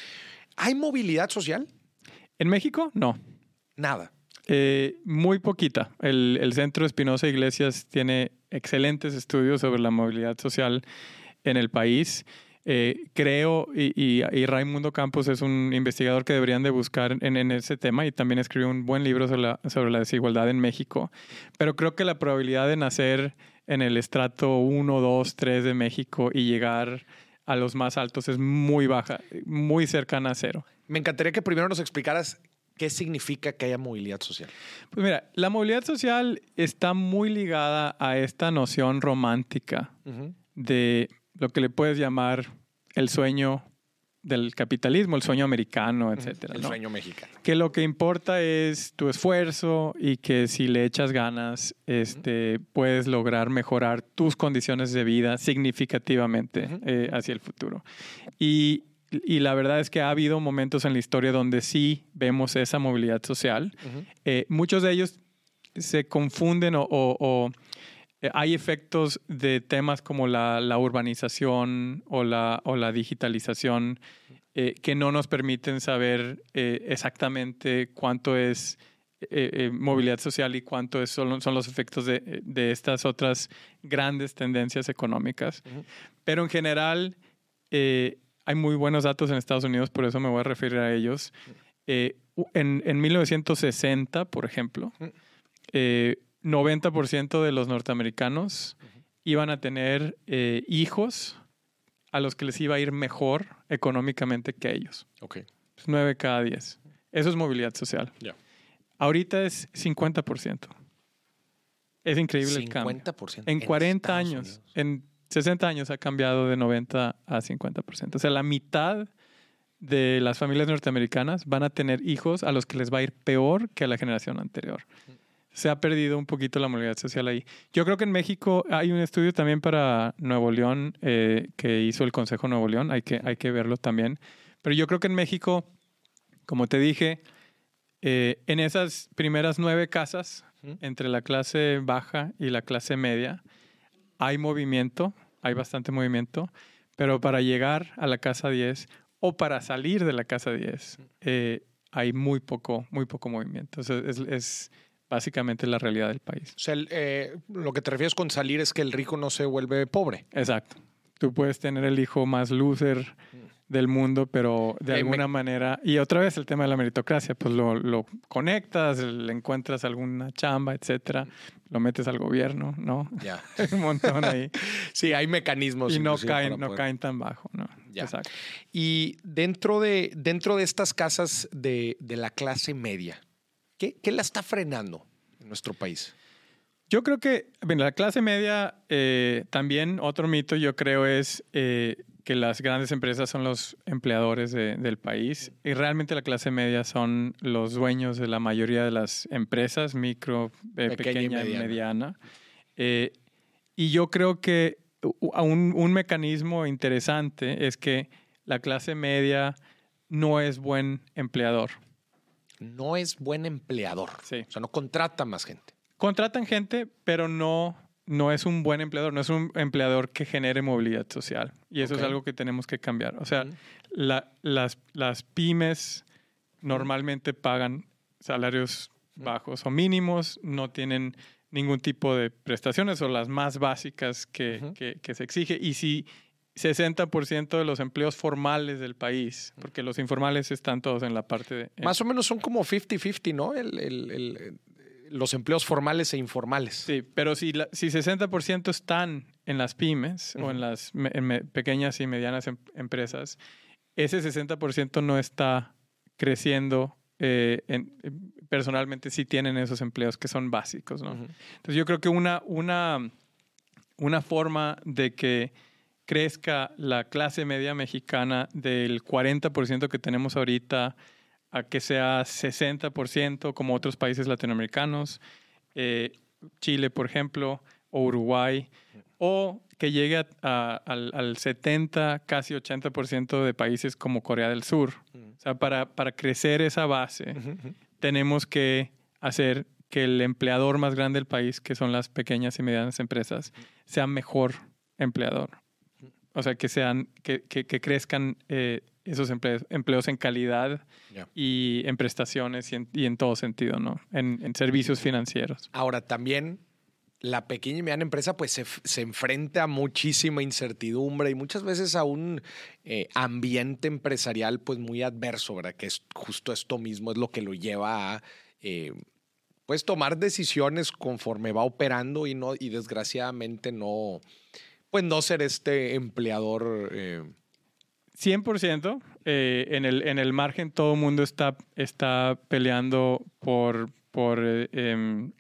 ¿Hay movilidad social? En México, no. Nada. Eh, muy poquita. El, el Centro Espinosa Iglesias tiene excelentes estudios sobre la movilidad social en el país. Eh, creo, y, y, y Raimundo Campos es un investigador que deberían de buscar en, en ese tema, y también escribió un buen libro sobre la, sobre la desigualdad en México. Pero creo que la probabilidad de nacer en el estrato uno, dos, tres de México y llegar a los más altos es muy baja, muy cercana a cero. Me encantaría que primero nos explicaras qué significa que haya movilidad social. Pues mira, la movilidad social está muy ligada a esta noción romántica uh-huh. de lo que le puedes llamar el sueño del capitalismo, el sueño americano, etcétera. El ¿no? sueño mexicano. Que lo que importa es tu esfuerzo y que si le echas ganas, este, uh-huh. puedes lograr mejorar tus condiciones de vida significativamente uh-huh. eh, hacia el futuro. Y, y la verdad es que ha habido momentos en la historia donde sí vemos esa movilidad social. Uh-huh. Eh, muchos de ellos se confunden o... o, o hay efectos de temas como la, la urbanización o la, o la digitalización eh, que no nos permiten saber eh, exactamente cuánto es eh, eh, movilidad social y cuánto es, son, son los efectos de, de estas otras grandes tendencias económicas. Uh-huh. Pero en general eh, hay muy buenos datos en Estados Unidos, por eso me voy a referir a ellos. Eh, en, en mil novecientos sesenta, por ejemplo, eh, noventa por ciento de los norteamericanos uh-huh. iban a tener eh, hijos a los que les iba a ir mejor económicamente que a ellos. Okay. Pues nueve cada diez. Eso es movilidad social. Yeah. Ahorita es cincuenta por ciento. Es increíble el cambio. cincuenta por ciento. En cuarenta años, en sesenta años ha cambiado de noventa a cincuenta por ciento. O sea, la mitad de las familias norteamericanas van a tener hijos a los que les va a ir peor que a la generación anterior. Uh-huh. Se ha perdido un poquito la movilidad social ahí. Yo creo que en México hay un estudio también para Nuevo León eh, que hizo el Consejo Nuevo León. Hay que, hay que verlo también. Pero yo creo que en México, como te dije, eh, en esas primeras nueve casas, ¿Mm? entre la clase baja y la clase media, hay movimiento, hay bastante movimiento. Pero para llegar a la casa diez o para salir de la casa diez, eh, hay muy poco, muy poco movimiento. O sea, es... es básicamente la realidad del país. O sea, el, eh, lo que te refieres con salir es que el rico no se vuelve pobre. Exacto. Tú puedes tener el hijo más loser del mundo, pero de eh, alguna me... manera... Y otra vez el tema de la meritocracia, pues lo, lo conectas, le encuentras alguna chamba, etcétera, lo metes al gobierno, ¿no? Ya. Hay un montón ahí. Sí, hay mecanismos. Y no caen, no caen tan bajo, ¿no? Ya. Exacto. Y dentro de, dentro de estas casas de, de la clase media, ¿Qué, ¿Qué la está frenando en nuestro país? Yo creo que, bueno, la clase media, eh, también otro mito yo creo es eh, que las grandes empresas son los empleadores de, del país, y realmente la clase media son los dueños de la mayoría de las empresas, micro, eh, pequeña, pequeña y mediana. mediana. Eh, y yo creo que un, un mecanismo interesante es que la clase media no es buen empleador. No es buen empleador. Sí. O sea, no contrata más gente. Contratan gente, pero no, no es un buen empleador, no es un empleador que genere movilidad social. Y eso okay. es algo que tenemos que cambiar. O sea, uh-huh. la, las, las pymes normalmente pagan salarios uh-huh. bajos o mínimos, no tienen ningún tipo de prestaciones o las más básicas que, uh-huh. que, que se exige. Y si sesenta por ciento de los empleos formales del país, porque los informales están todos en la parte de... Más o menos son como cincuenta cincuenta, ¿no? El, el, el, los empleos formales e informales. Sí, pero si, la, si sesenta por ciento están en las pymes uh-huh. o en las me, en me, pequeñas y medianas em, empresas, ese sesenta por ciento no está creciendo. Eh, en, personalmente sí tienen esos empleos que son básicos, ¿no? Uh-huh. Entonces yo creo que una, una, una forma de que crezca la clase media mexicana del cuarenta por ciento que tenemos ahorita a que sea sesenta por ciento como otros países latinoamericanos, eh, Chile, por ejemplo, o Uruguay, o que llegue a, a, al, al setenta, casi ochenta por ciento de países como Corea del Sur. Uh-huh. O sea, para, para crecer esa base, uh-huh. tenemos que hacer que el empleador más grande del país, que son las pequeñas y medianas empresas, sea mejor empleador. O sea, que sean, que, que, que crezcan eh, esos empleos, empleos en calidad yeah. y en prestaciones y en, y en todo sentido, ¿no? En, en servicios financieros. Ahora, también la pequeña y mediana empresa pues se, se enfrenta a muchísima incertidumbre y muchas veces a un eh, ambiente empresarial pues muy adverso, ¿verdad? Que es justo esto mismo, es lo que lo lleva a eh, pues tomar decisiones conforme va operando y, no, y desgraciadamente no... Pues no ser este empleador... Eh... cien por ciento. Eh, en, el, en el margen todo el mundo está, está peleando por, por, eh, eh,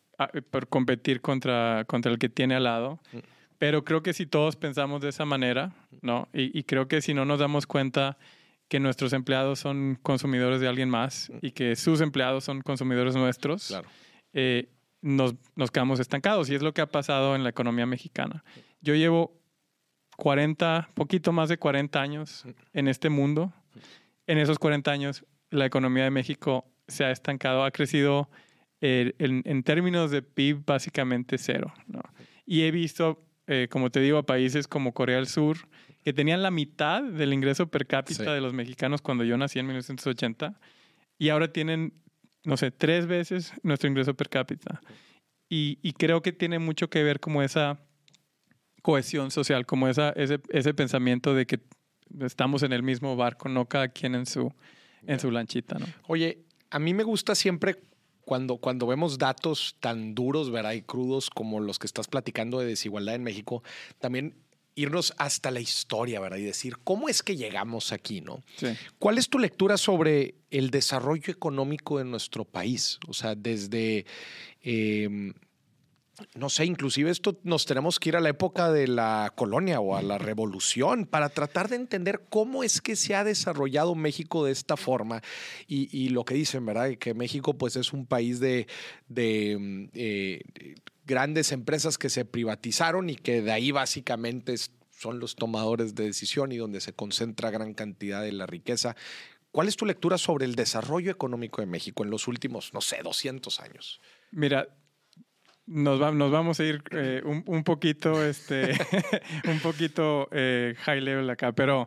por competir contra, contra el que tiene al lado. Mm. Pero creo que si todos pensamos de esa manera, ¿no? Y, y creo que si no nos damos cuenta que nuestros empleados son consumidores de alguien más mm. y que sus empleados son consumidores nuestros, claro. eh, nos, nos quedamos estancados. Y es lo que ha pasado en la economía mexicana. Yo llevo cuarenta, poquito más de cuarenta años en este mundo. En esos cuarenta años, la economía de México se ha estancado, ha crecido eh, en, en términos de P I B básicamente cero, ¿no? Y he visto, eh, como te digo, a países como Corea del Sur, que tenían la mitad del ingreso per cápita sí. de los mexicanos cuando yo nací en mil novecientos ochenta, y ahora tienen, no sé, tres veces nuestro ingreso per cápita. Y, y creo que tiene mucho que ver como esa cohesión social, como esa, ese, ese pensamiento de que estamos en el mismo barco, no cada quien en su, en su lanchita, ¿no? Oye, a mí me gusta siempre cuando, cuando vemos datos tan duros, ¿verdad? Y crudos como los que estás platicando de desigualdad en México, también irnos hasta la historia, ¿verdad? Y decir, ¿cómo es que llegamos aquí, no? Sí. ¿Cuál es tu lectura sobre el desarrollo económico de nuestro país? O sea, desde... Eh, no sé, inclusive esto nos tenemos que ir a la época de la colonia o a la revolución para tratar de entender cómo es que se ha desarrollado México de esta forma y, y lo que dicen, ¿verdad? Que México pues es un país de, de eh, grandes empresas que se privatizaron y que de ahí básicamente son los tomadores de decisión y donde se concentra gran cantidad de la riqueza. ¿Cuál es tu lectura sobre el desarrollo económico de México en los últimos, no sé, doscientos años? Mira, Nos, va, nos vamos a ir eh, un, un poquito, este, un poquito eh, high level acá, pero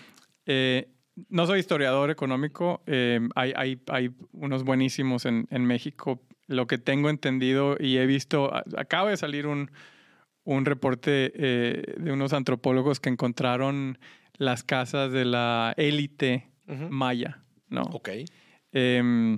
eh, no soy historiador económico. Eh, hay, hay, hay unos buenísimos en, en México. Lo que tengo entendido y he visto, acaba de salir un, un reporte eh, de unos antropólogos que encontraron las casas de la élite uh-huh. maya, ¿no? Ok. Eh,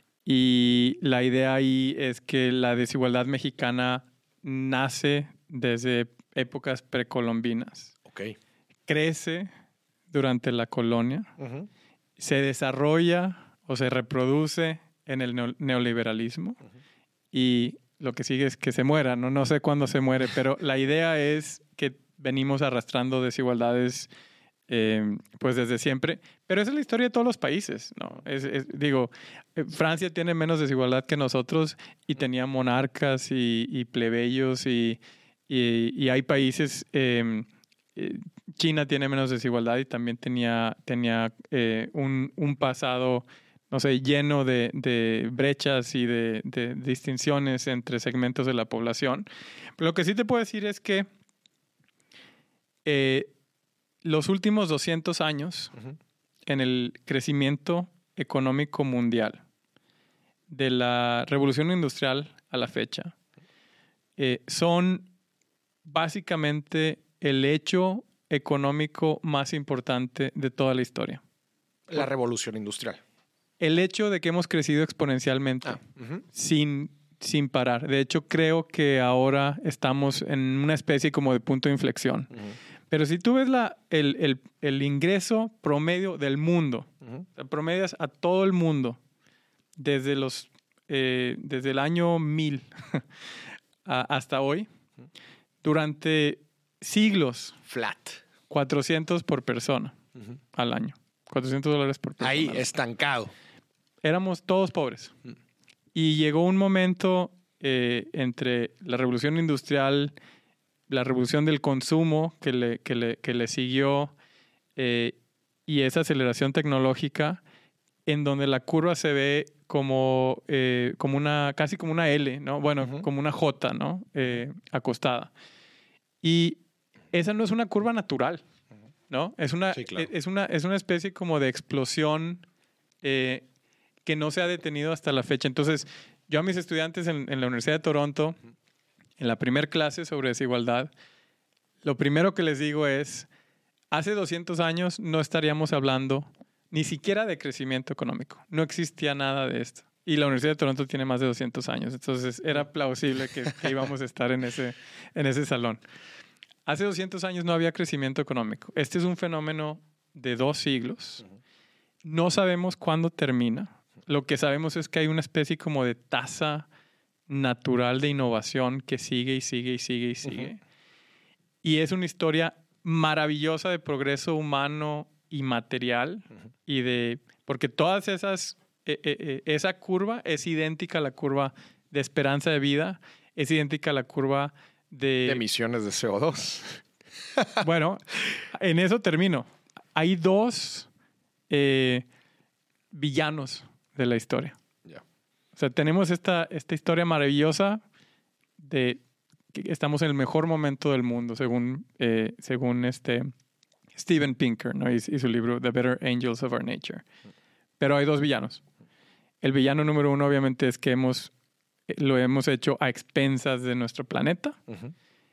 Y la idea ahí es que la desigualdad mexicana nace desde épocas precolombinas. Okay. Crece durante la colonia, uh-huh. se desarrolla o se reproduce en el neoliberalismo uh-huh. y lo que sigue es que se muera. No, no sé cuándo se muere, pero la idea es que venimos arrastrando desigualdades Eh, pues desde siempre, pero esa es la historia de todos los países, ¿no? Es, es, digo, Francia tiene menos desigualdad que nosotros y tenía monarcas y, y plebeyos y, y, y hay países, eh, China tiene menos desigualdad y también tenía, tenía eh, un, un pasado no sé, lleno de, de brechas y de, de distinciones entre segmentos de la población. Pero lo que sí te puedo decir es que eh, los últimos doscientos años uh-huh. en el crecimiento económico mundial, de la revolución industrial a la fecha, eh, son básicamente el hecho económico más importante de toda la historia. La revolución industrial. El hecho de que hemos crecido exponencialmente ah, uh-huh. sin, sin parar. De hecho, creo que ahora estamos en una especie como de punto de inflexión. Uh-huh. Pero si tú ves la, el, el, el ingreso promedio del mundo, uh-huh. o sea, promedias a todo el mundo desde, los, eh, desde el año mil hasta hoy, uh-huh. durante siglos. Flat. cuatrocientos por persona uh-huh. al año. cuatrocientos dólares por persona. Ahí, estancado. Éramos todos pobres. Uh-huh. Y llegó un momento eh, entre la revolución industrial, la revolución del consumo que le, que le, que le siguió eh, y esa aceleración tecnológica en donde la curva se ve como, eh, como una, casi como una L, ¿no? Bueno, uh-huh. como una J, ¿no? Eh, acostada. Y esa no es una curva natural, ¿no? Es una, sí, claro. es una, es una especie como de explosión eh, que no se ha detenido hasta la fecha. Entonces, yo a mis estudiantes en, en la Universidad de Toronto, uh-huh. en la primera clase sobre desigualdad, lo primero que les digo es, hace doscientos años no estaríamos hablando ni siquiera de crecimiento económico. No existía nada de esto. Y la Universidad de Toronto tiene más de doscientos años. Entonces, era plausible que, que íbamos a estar en ese, en ese salón. Hace doscientos años no había crecimiento económico. Este es un fenómeno de dos siglos. No sabemos cuándo termina. Lo que sabemos es que hay una especie como de tasa natural de innovación que sigue y sigue y sigue y sigue. Uh-huh. Y es una historia maravillosa de progreso humano y material. Uh-huh. Y de, porque todas esas, eh, eh, esa curva es idéntica a la curva de esperanza de vida, es idéntica a la curva de, de emisiones de C O dos. Bueno, en eso termino. Hay dos eh, villanos de la historia. Yeah. O sea, tenemos esta, esta historia maravillosa de que estamos en el mejor momento del mundo, según, eh, según este Steven Pinker, ¿no? y, y su libro The Better Angels of Our Nature. Pero hay dos villanos. El villano número uno, obviamente, es que hemos, lo hemos hecho a expensas de nuestro planeta. Uh-huh.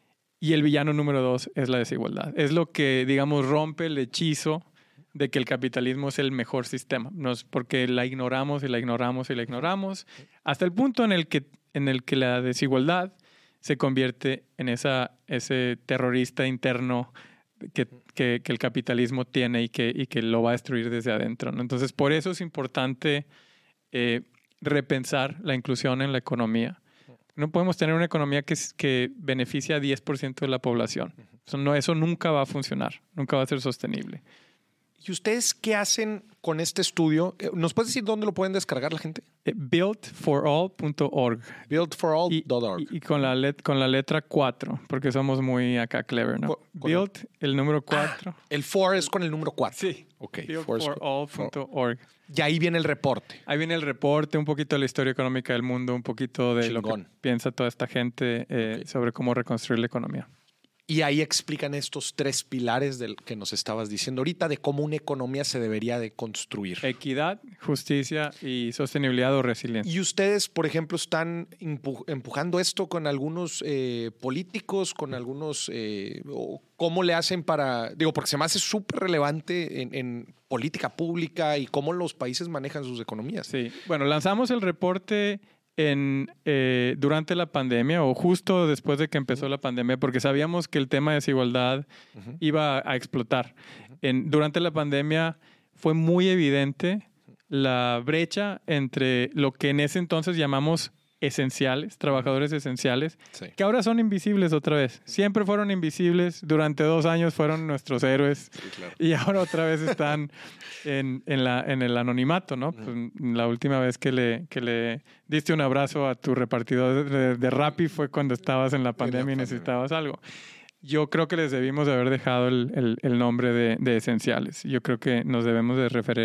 Y el villano número dos es la desigualdad. Es lo que, digamos, rompe el hechizo de que el capitalismo es el mejor sistema. Nos, porque la ignoramos y la ignoramos y la ignoramos, hasta el punto en el que, en el que la desigualdad se convierte en esa, ese terrorista interno que, que, que el capitalismo tiene y que, y que lo va a destruir desde adentro, ¿no? Entonces, por eso es importante eh, repensar la inclusión en la economía. No podemos tener una economía que, que beneficia a diez por ciento de la población. Eso, no, eso nunca va a funcionar, nunca va a ser sostenible. ¿Y ustedes qué hacen con este estudio? ¿Nos puedes decir dónde lo pueden descargar la gente? Eh, build for all punto org. build for all punto org. Y, y, y con, la let, con la letra cuatro, porque somos muy acá clever, ¿no? Con, Build, con el, el número cuatro. Ah, el four es con el número cuatro. Sí. Okay. build for all punto org. Y ahí viene el reporte. Ahí viene el reporte, un poquito de la historia económica del mundo, un poquito de Chingón. Lo que piensa toda esta gente eh, okay. sobre cómo reconstruir la economía. Y ahí explican estos tres pilares del que nos estabas diciendo ahorita de cómo una economía se debería de construir. Equidad, justicia y sostenibilidad o resiliencia. Y ustedes, por ejemplo, están empujando esto con algunos eh, políticos, con algunos... Eh, ¿Cómo le hacen para...? Digo, porque se me hace súper relevante en, en política pública y cómo los países manejan sus economías. Sí. Bueno, lanzamos el reporte... En, eh, durante la pandemia o justo después de que empezó uh-huh. la pandemia, porque sabíamos que el tema de desigualdad uh-huh. iba a, a explotar. Uh-huh. En, durante la pandemia fue muy evidente la brecha entre lo que en ese entonces llamamos esenciales, trabajadores esenciales, sí. que ahora son invisibles otra vez. Siempre fueron invisibles, durante dos años fueron nuestros héroes sí, claro. y ahora otra vez están en, en, la, en el anonimato, ¿no? Uh-huh. Pues, la última vez que le, que le diste un abrazo a tu repartidor de, de, de Rappi fue cuando estabas en la pandemia y necesitabas algo. Yo creo que les debimos de haber dejado el, el, el nombre de, de esenciales. Yo creo que nos debemos de referir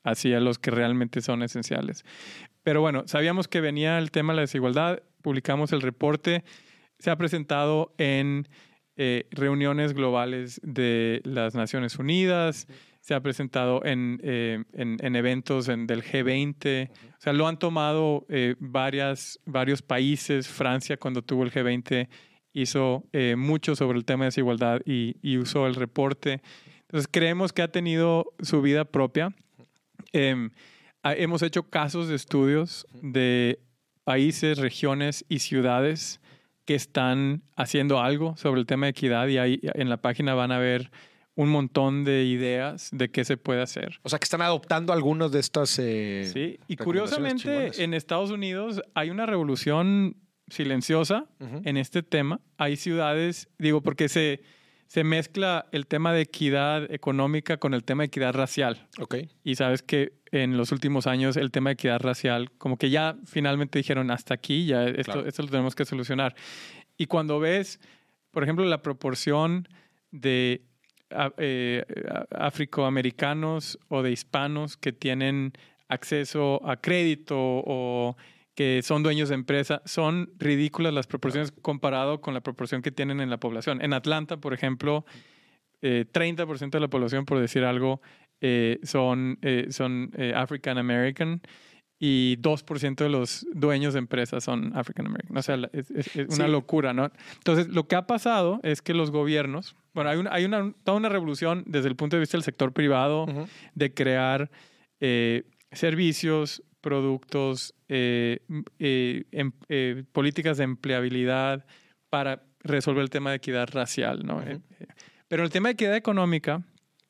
hacia los que realmente son esenciales. Pero bueno, sabíamos que venía el tema de la desigualdad, publicamos el reporte, se ha presentado en eh, reuniones globales de las Naciones Unidas, se ha presentado en, eh, en, en eventos en, del G veinte, o sea, lo han tomado eh, varias, varios países. Francia, cuando tuvo el G veinte, hizo eh, mucho sobre el tema de desigualdad y, y usó el reporte. Entonces, creemos que ha tenido su vida propia. Eh, hemos hecho casos de estudios de países, regiones y ciudades que están haciendo algo sobre el tema de equidad, y ahí en la página van a ver un montón de ideas de qué se puede hacer. O sea, que están adoptando algunos de estas eh, Sí, y curiosamente en Estados Unidos hay una revolución silenciosa uh-huh. en este tema. Hay ciudades, digo, porque se, se mezcla el tema de equidad económica con el tema de equidad racial. Okay. Y sabes que en los últimos años el tema de equidad racial, como que ya finalmente dijeron hasta aquí, ya esto, claro. esto lo tenemos que solucionar. Y cuando ves, por ejemplo, la proporción de eh, afroamericanos o de hispanos que tienen acceso a crédito o que son dueños de empresa, son ridículas las proporciones comparado con la proporción que tienen en la población. En Atlanta, por ejemplo, eh, treinta por ciento de la población, por decir algo, eh, son, eh, son eh, African American, y dos por ciento de los dueños de empresas son African American. O sea, es, es, es una sí. locura, ¿no? Entonces, lo que ha pasado es que los gobiernos, bueno, hay, una, hay una, toda una revolución desde el punto de vista del sector privado uh-huh. de crear eh, servicios, productos, eh, eh, em, eh, políticas de empleabilidad para resolver el tema de equidad racial, ¿no? Uh-huh. Eh, pero el tema de equidad económica,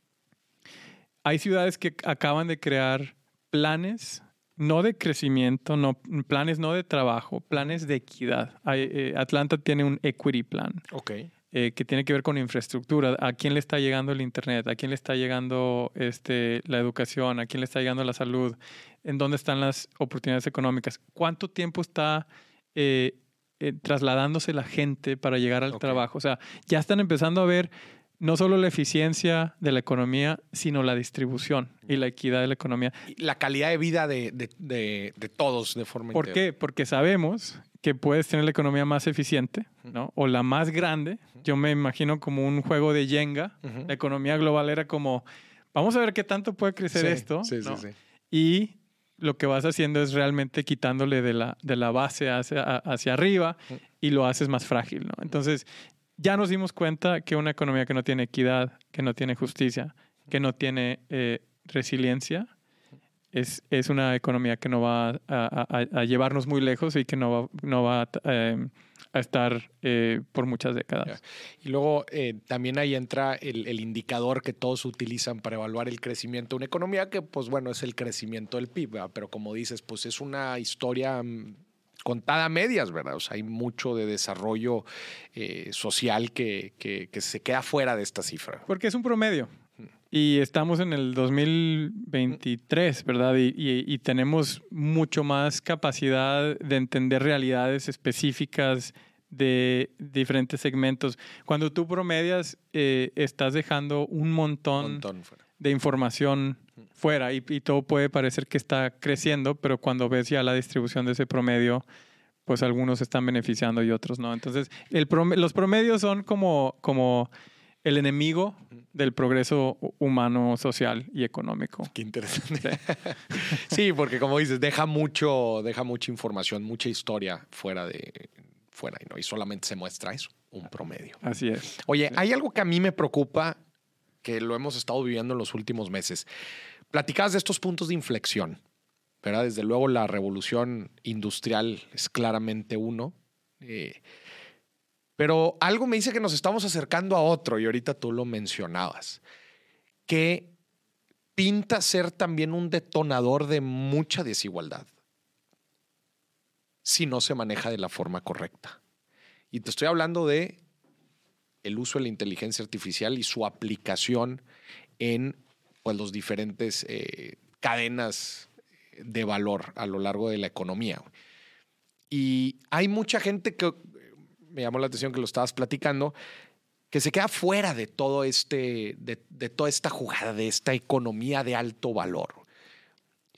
hay ciudades que acaban de crear planes no de crecimiento, no, planes no de trabajo, planes de equidad. Hay, eh, Atlanta tiene un equity plan okay. eh, que tiene que ver con infraestructura. ¿A quién le está llegando el internet? ¿A quién le está llegando este, la educación? ¿A quién le está llegando la salud? ¿En dónde están las oportunidades económicas? ¿Cuánto tiempo está eh, eh, trasladándose la gente para llegar al okay. trabajo? O sea, ya están empezando a ver no solo la eficiencia de la economía, sino la distribución y la equidad de la economía. La calidad de vida de, de, de, de todos de forma ¿Por integral. qué? Porque sabemos que puedes tener la economía más eficiente, ¿no? O la más grande. Yo me imagino como un juego de Jenga. Uh-huh. La economía global era como, vamos a ver qué tanto puede crecer sí, esto. Sí, ¿no? sí, sí. Y lo que vas haciendo es realmente quitándole de la, de la base hacia, hacia arriba uh-huh. y lo haces más frágil, ¿no? Entonces, ya nos dimos cuenta que una economía que no tiene equidad, que no tiene justicia, que no tiene eh, resiliencia, es, es una economía que no va a, a, a llevarnos muy lejos y que no va, no va a, eh, a estar eh, por muchas décadas. Y luego eh, también ahí entra el, el indicador que todos utilizan para evaluar el crecimiento de una economía, que pues bueno, es el crecimiento del P I B, ¿verdad? Pero como dices, pues es una historia contada a medias, ¿verdad? O sea, hay mucho de desarrollo eh, social que, que, que se queda fuera de esta cifra. Porque es un promedio. Y estamos en el dos mil veintitrés, ¿verdad? Y, y, y tenemos mucho más capacidad de entender realidades específicas de diferentes segmentos. Cuando tú promedias, eh, estás dejando un montón, un montón de información fuera y, y todo puede parecer que está creciendo, pero cuando ves ya la distribución de ese promedio, pues algunos están beneficiando y otros no. Entonces, el prom- los promedios son como, como el enemigo del progreso humano, social y económico. Qué interesante. Sí, porque como dices, deja mucho, deja mucha información, mucha historia fuera de fuera y no, y solamente se muestra eso, un promedio. Así es. Oye, sí. Hay algo que a mí me preocupa, que lo hemos estado viviendo en los últimos meses. Platicabas de estos puntos de inflexión, ¿verdad? Desde luego la revolución industrial es claramente uno. Eh, pero algo me dice que nos estamos acercando a otro, y ahorita tú lo mencionabas, que pinta ser también un detonador de mucha desigualdad si no se maneja de la forma correcta. Y te estoy hablando de el uso de la inteligencia artificial y su aplicación en pues, los diferentes eh, cadenas de valor a lo largo de la economía. Y hay mucha gente que, me llamó la atención que lo estabas platicando, que se queda fuera de todo este, de, de toda esta jugada, de esta economía de alto valor.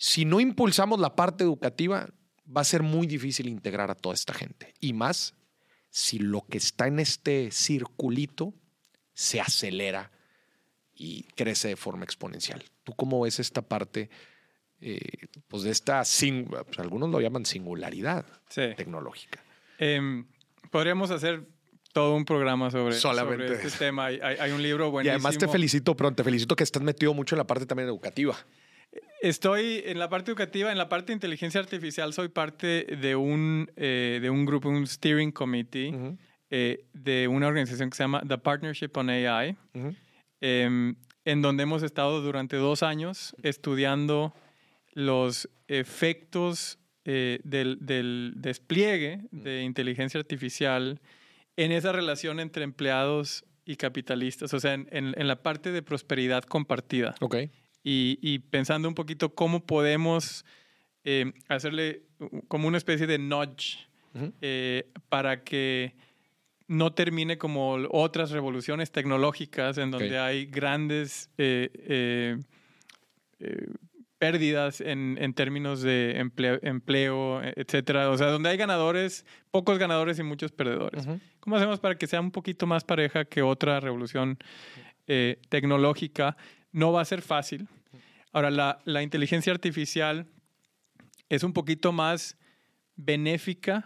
Si no impulsamos la parte educativa, va a ser muy difícil integrar a toda esta gente. Y más si lo que está en este circulito se acelera y crece de forma exponencial. ¿Tú cómo ves esta parte eh, pues de esta, sing- pues algunos lo llaman singularidad Sí. tecnológica? Eh, podríamos hacer todo un programa sobre, Solamente sobre este eso. tema. Hay, hay- hay un libro Y buenísimo. además te felicito, perdón, te felicito que estás metido mucho en la parte también educativa. Estoy en la parte educativa, en la parte de inteligencia artificial soy parte de un, eh, de un grupo, un steering committee Uh-huh. eh, de una organización que se llama The Partnership on A I, Uh-huh. eh, en donde hemos estado durante dos años estudiando los efectos eh, del, del despliegue de inteligencia artificial en esa relación entre empleados y capitalistas, o sea, en, en, en la parte de prosperidad compartida. Ok. Y, y pensando un poquito cómo podemos eh, hacerle como una especie de nudge Uh-huh. eh, para que no termine como otras revoluciones tecnológicas en donde Ok. hay grandes eh, eh, eh, pérdidas en, en términos de empleo, empleo, etcétera. O sea, donde hay ganadores, pocos ganadores y muchos perdedores. Uh-huh. ¿Cómo hacemos para que sea un poquito más pareja que otra revolución eh, tecnológica? No va a ser fácil. Ahora, la, la inteligencia artificial es un poquito más benéfica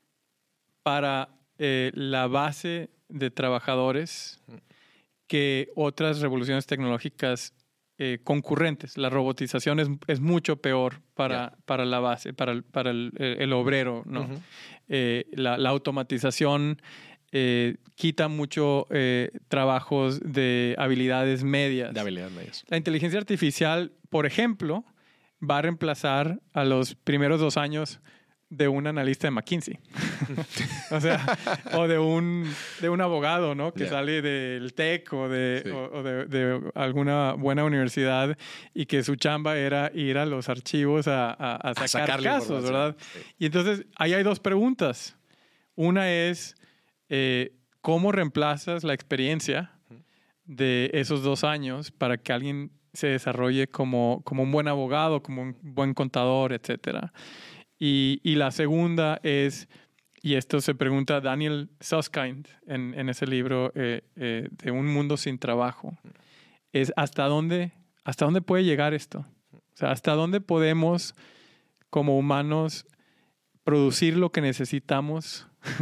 para eh, la base de trabajadores que otras revoluciones tecnológicas eh, concurrentes. La robotización es, es mucho peor para, Yeah. para la base, para el, para el, el obrero, ¿no? Uh-huh. Eh, la, la automatización eh, quita mucho eh, trabajos de habilidades medias. De habilidades medias. La inteligencia artificial, por ejemplo, va a reemplazar a los primeros dos años de un analista de McKinsey. O sea, o de un, de un abogado, ¿no? Que Yeah. sale del TEC o, de, Sí. o, o de, de alguna buena universidad y que su chamba era ir a los archivos a, a, a sacar sacarle casos, información. ¿verdad? Sí. Y entonces, ahí hay dos preguntas. Una es, eh, ¿cómo reemplazas la experiencia de esos dos años para que alguien se desarrolle como, como un buen abogado, como un buen contador, etcétera? Y, y la segunda es, y esto se pregunta Daniel Susskind en, en ese libro eh, eh, de Un mundo sin trabajo, es ¿hasta dónde, hasta dónde puede llegar esto? O sea, ¿hasta dónde podemos como humanos producir lo que necesitamos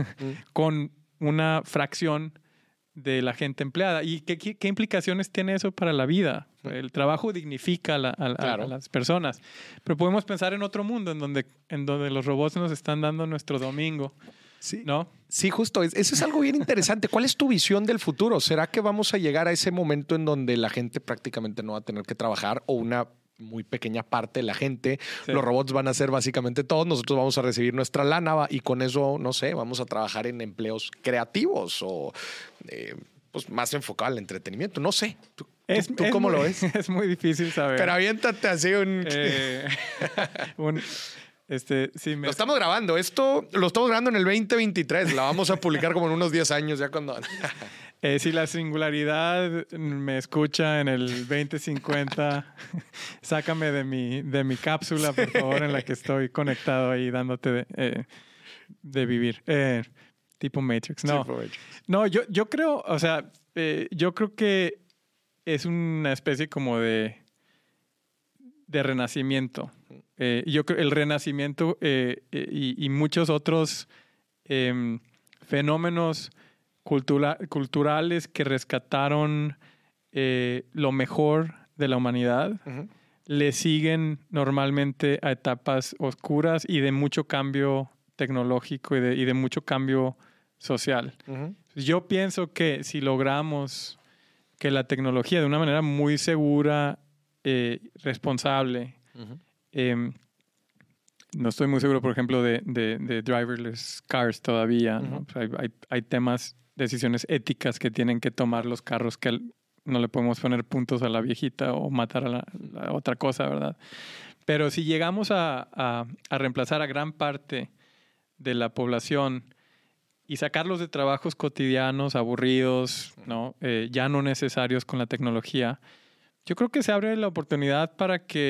con una fracción de la gente empleada? ¿Y qué, qué, qué implicaciones tiene eso para la vida? El trabajo dignifica a, la, a, Claro. a las personas. Pero podemos pensar en otro mundo en donde, en donde los robots nos están dando nuestro domingo, Sí. ¿no? Sí, justo. Es- Eso es algo bien interesante. ¿Cuál es tu visión del futuro? ¿Será que vamos a llegar a ese momento en donde la gente prácticamente no va a tener que trabajar o una muy pequeña parte de la gente? Sí. Los robots van a hacer básicamente todo. Nosotros vamos a recibir nuestra lana va- y con eso, no sé, vamos a trabajar en empleos creativos o eh, pues más enfocado al entretenimiento. No sé. ¿Tú, Es, tú- tú es cómo muy- lo ves? Es muy difícil saber. Pero aviéntate así un... Eh, un- este, sí, me, Lo estamos grabando. Esto lo estamos grabando en el veinte veintitrés. La vamos a publicar como en unos diez años ya cuando... eh, si la singularidad me escucha en el veinte cincuenta, sácame de mi, de mi cápsula, por favor, en la que estoy conectado ahí dándote de, eh, de vivir. Eh, tipo Matrix. No, no yo, yo creo, o sea, eh, yo creo que es una especie como de, de renacimiento. Eh, yo creo el renacimiento eh, eh, y, y muchos otros eh, fenómenos cultura, culturales que rescataron eh, lo mejor de la humanidad Ujú. le siguen normalmente a etapas oscuras y de mucho cambio tecnológico y de, y de mucho cambio social. Ujú. Yo pienso que si logramos que la tecnología de una manera muy segura, eh, responsable, Ujú. eh, no estoy muy seguro, por ejemplo, de, de, de driverless cars todavía, ¿no? Ujú. O sea, hay, hay, hay temas, decisiones éticas que tienen que tomar los carros que no le podemos poner puntos a la viejita o matar a la, la otra cosa, ¿verdad? Pero si llegamos a, a, a reemplazar a gran parte de la población y sacarlos de trabajos cotidianos, aburridos, ¿no? Eh, ya no necesarios con la tecnología, yo creo que se abre la oportunidad para que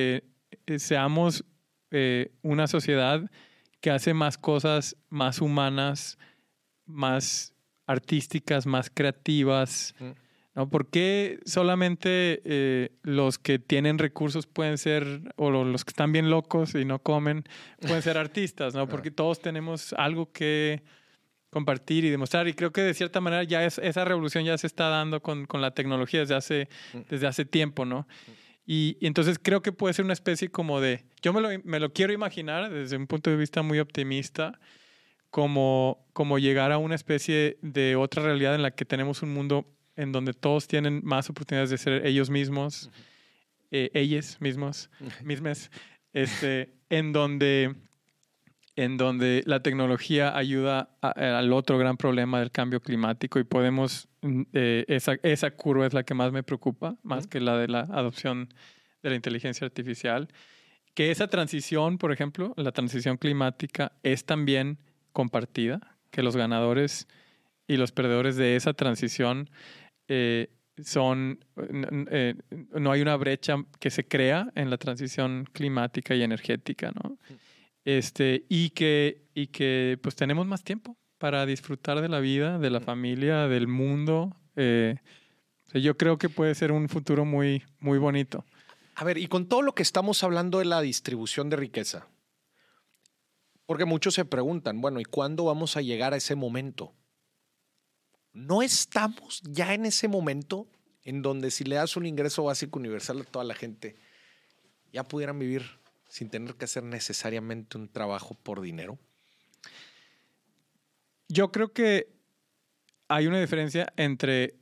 eh, seamos eh, una sociedad que hace más cosas más humanas, más artísticas, más creativas, mm. ¿no? ¿Por qué solamente eh, los que tienen recursos pueden ser, o los que están bien locos y no comen, pueden ser artistas, ¿no? Porque todos tenemos algo que compartir y demostrar. Y creo que de cierta manera ya es, esa revolución ya se está dando con, con la tecnología desde hace, desde hace tiempo, ¿no? Y, y entonces creo que puede ser una especie como de... Yo me lo, me lo quiero imaginar desde un punto de vista muy optimista, como, como llegar a una especie de otra realidad en la que tenemos un mundo en donde todos tienen más oportunidades de ser ellos mismos, uh-huh. eh, ellos mismos, mismes, este, en donde, en donde la tecnología ayuda a, a, al otro gran problema del cambio climático y podemos, eh, esa, esa curva es la que más me preocupa, más uh-huh. que la de la adopción de la inteligencia artificial, que esa transición, por ejemplo, la transición climática es también compartida, que los ganadores y los perdedores de esa transición eh, son, eh, no hay una brecha que se crea en la transición climática y energética, ¿no? Este, y que, y que pues tenemos más tiempo para disfrutar de la vida, de la familia, del mundo. Eh, o sea, yo creo que puede ser un futuro muy, muy bonito. A ver, y con todo lo que estamos hablando de la distribución de riqueza, porque muchos se preguntan, bueno, ¿y cuándo vamos a llegar a ese momento? ¿No estamos ya en ese momento en donde si le das un ingreso básico universal a toda la gente, ya pudieran vivir sin tener que hacer necesariamente un trabajo por dinero? Yo creo que hay una diferencia entre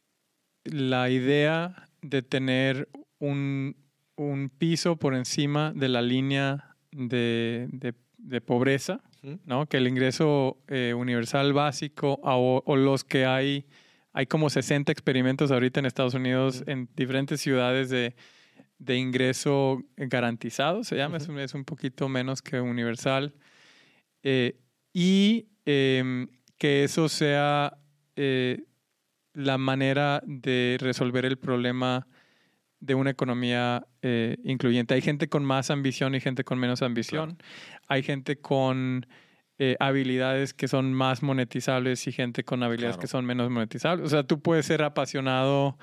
la idea de tener un, un piso por encima de la línea de, de, de pobreza, ¿no? Que el ingreso eh, universal básico o, o los que hay, hay como sesenta experimentos ahorita en Estados Unidos uh-huh. en diferentes ciudades de, de ingreso garantizado, se llama, uh-huh. es, un, es un poquito menos que universal. Eh, y eh, que eso sea eh, la manera de resolver el problema de una economía eh, incluyente. Hay gente con más ambición y gente con menos ambición. Claro. Hay gente con eh, habilidades que son más monetizables y gente con habilidades claro. que son menos monetizables. O sea, tú puedes ser apasionado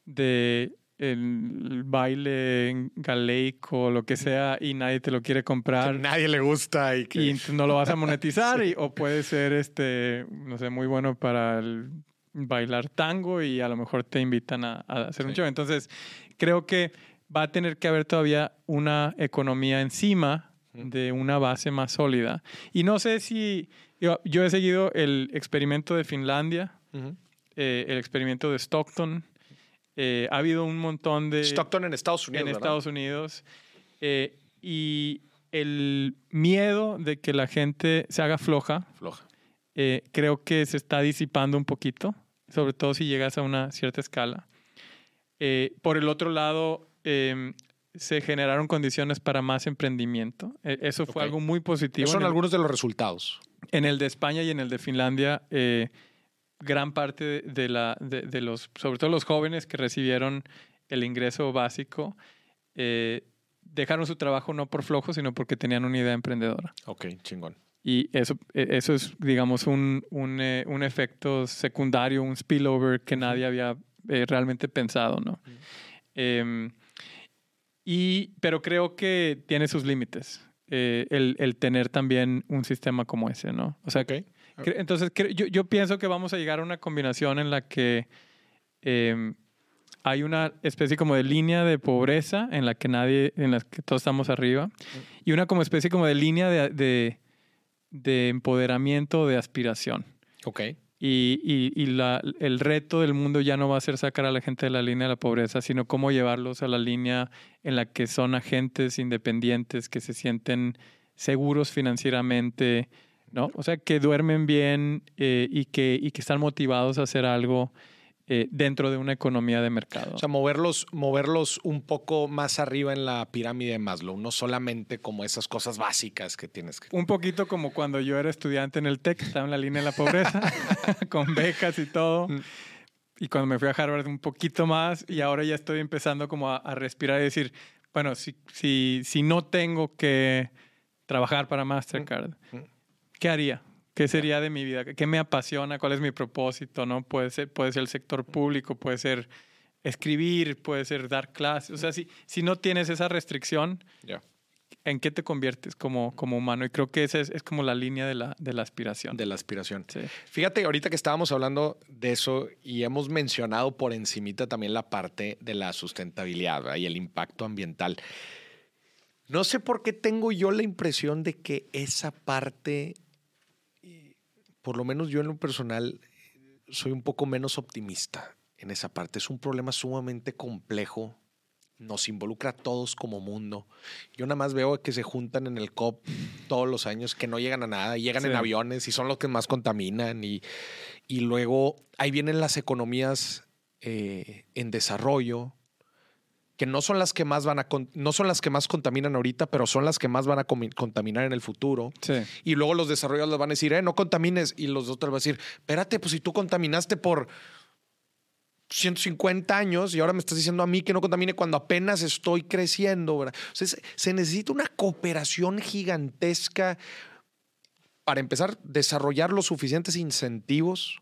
de el baile galeico o lo que sea y nadie te lo quiere comprar. Que nadie le gusta y que... Y no lo vas a monetizar. sí. y, o puedes ser, este, no sé, muy bueno para el bailar tango y a lo mejor te invitan a, a hacer sí. un show. Entonces, creo que va a tener que haber todavía una economía encima uh-huh. de una base más sólida. Y no sé si... Yo, yo he seguido el experimento de Finlandia, uh-huh. eh, el experimento de Stockton. Eh, ha habido un montón de... Stockton en Estados Unidos, En ¿verdad? Estados Unidos. Eh, y el miedo de que la gente se haga floja, floja. Eh, creo que se está disipando un poquito, sobre todo si llegas a una cierta escala. Eh, por el otro lado, eh, se generaron condiciones para más emprendimiento. Eh, eso fue okay. algo muy positivo. Esos son el, algunos de los resultados. En el de España y en el de Finlandia, eh, gran parte de, de, la, de, de los, sobre todo los jóvenes que recibieron el ingreso básico, eh, dejaron su trabajo no por flojo, sino porque tenían una idea emprendedora. Ok, chingón. Y eso, eso es, digamos, un, un, eh, un efecto secundario, un spillover que uh-huh. nadie había eh, realmente pensado, ¿no? Uh-huh. Eh, y, pero creo que tiene sus límites eh, el, el tener también un sistema como ese, ¿no? O sea, okay. cre- entonces cre- yo, yo pienso que vamos a llegar a una combinación en la que eh, hay una especie como de línea de pobreza en la que nadie, en la que todos estamos arriba, uh-huh. y una como especie como de línea de, de de empoderamiento, de aspiración. Ok. Y, y, y la, el reto del mundo ya no va a ser sacar a la gente de la línea de la pobreza, sino cómo llevarlos a la línea en la que son agentes independientes, que se sienten seguros financieramente, ¿no? O sea, que duermen bien eh, y, que, y que están motivados a hacer algo eh, dentro de una economía de mercado. O sea, moverlos, moverlos un poco más arriba en la pirámide de Maslow, no solamente como esas cosas básicas que tienes que... Un poquito como cuando yo era estudiante en el TEC, estaba en la línea de la pobreza, con becas y todo. Y cuando me fui a Harvard un poquito más, y ahora ya estoy empezando como a, a respirar y decir, bueno, si, si, si no tengo que trabajar para Mastercard, mm. ¿qué haría? ¿Qué sería de mi vida? ¿Qué me apasiona? ¿Cuál es mi propósito? ¿No? Puede ser, puede ser el sector público, puede ser escribir, puede ser dar clases. O sea, si, si no tienes esa restricción, yeah. ¿en qué te conviertes como, como humano? Y creo que esa es, es como la línea de la, de la aspiración. De la aspiración. Sí. Fíjate, ahorita que estábamos hablando de eso y hemos mencionado por encimita también la parte de la sustentabilidad, ¿verdad? Y el impacto ambiental. No sé por qué tengo yo la impresión de que esa parte, por lo menos yo en lo personal, soy un poco menos optimista en esa parte. Es un problema sumamente complejo. Nos involucra a todos como mundo. Yo nada más veo que se juntan en el C O P todos los años, que no llegan a nada, y llegan sí. en aviones y son los que más contaminan. Y, y luego ahí vienen las economías eh, en desarrollo, que no son las que más van a no son las que más contaminan ahorita, pero son las que más van a contaminar en el futuro. Sí. Y luego los desarrolladores les van a decir, eh, no contamines. Y los otros van a decir, espérate, pues si tú contaminaste por ciento cincuenta años y ahora me estás diciendo a mí que no contamine cuando apenas estoy creciendo, ¿verdad? O sea, se necesita una cooperación gigantesca para empezar, desarrollar los suficientes incentivos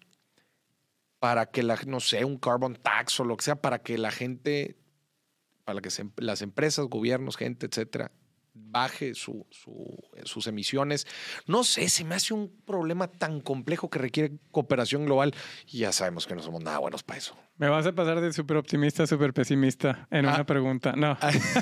para que la, no sé, un carbon tax o lo que sea, para que la gente, para que se, las empresas, gobiernos, gente, etcétera, baje su, su, sus emisiones. No sé, se me hace un problema tan complejo que requiere cooperación global y ya sabemos que no somos nada buenos para eso. Me vas a pasar de súper optimista a súper pesimista en ah. una pregunta. No,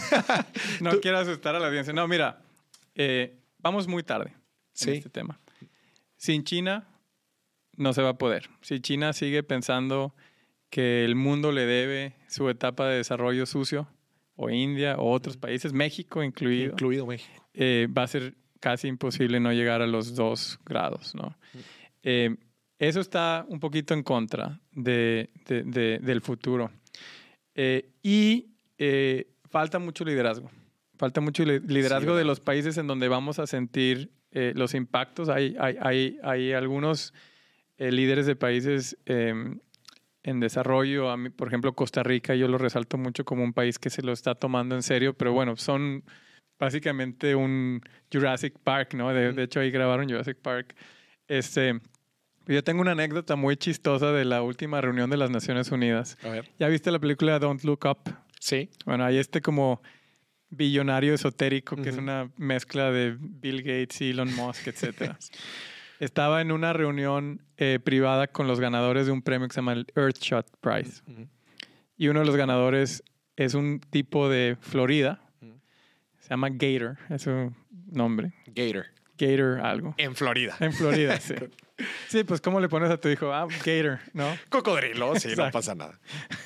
no ¿Tú? quiero asustar a la audiencia. No, mira, eh, vamos muy tarde en ¿Sí? este tema. Sin China no se va a poder. Si China sigue pensando que el mundo le debe su etapa de desarrollo sucio, o India, o otros países, México incluido. Incluido México. Eh, va a ser casi imposible no llegar a los dos grados, ¿no? Eh, eso está un poquito en contra de, de, de, del futuro. Eh, y eh, falta mucho liderazgo. Falta mucho liderazgo sí, de los países en donde vamos a sentir eh, los impactos. Hay, hay, hay, hay algunos eh, líderes de países Eh, en desarrollo, a mí, por ejemplo, Costa Rica, yo lo resalto mucho como un país que se lo está tomando en serio, pero bueno, son básicamente un Jurassic Park, ¿no? De, de hecho, ahí grabaron Jurassic Park. Este, yo tengo una anécdota muy chistosa de la última reunión de las Naciones Unidas. A ver. ¿Ya viste la película Don't Look Up? Sí. Bueno, hay este como billonario esotérico, que uh-huh. es una mezcla de Bill Gates, Elon Musk, etcétera. Estaba en una reunión eh, privada con los ganadores de un premio que se llama el Earthshot Prize. Uh-huh. Y uno de los ganadores es un tipo de Florida. Uh-huh. Se llama Gator, es su nombre. Gator. Gator algo. En Florida. En Florida, sí. Sí, pues ¿cómo le pones a tu hijo? Ah, Gator, ¿no? Cocodrilo, sí, no pasa nada.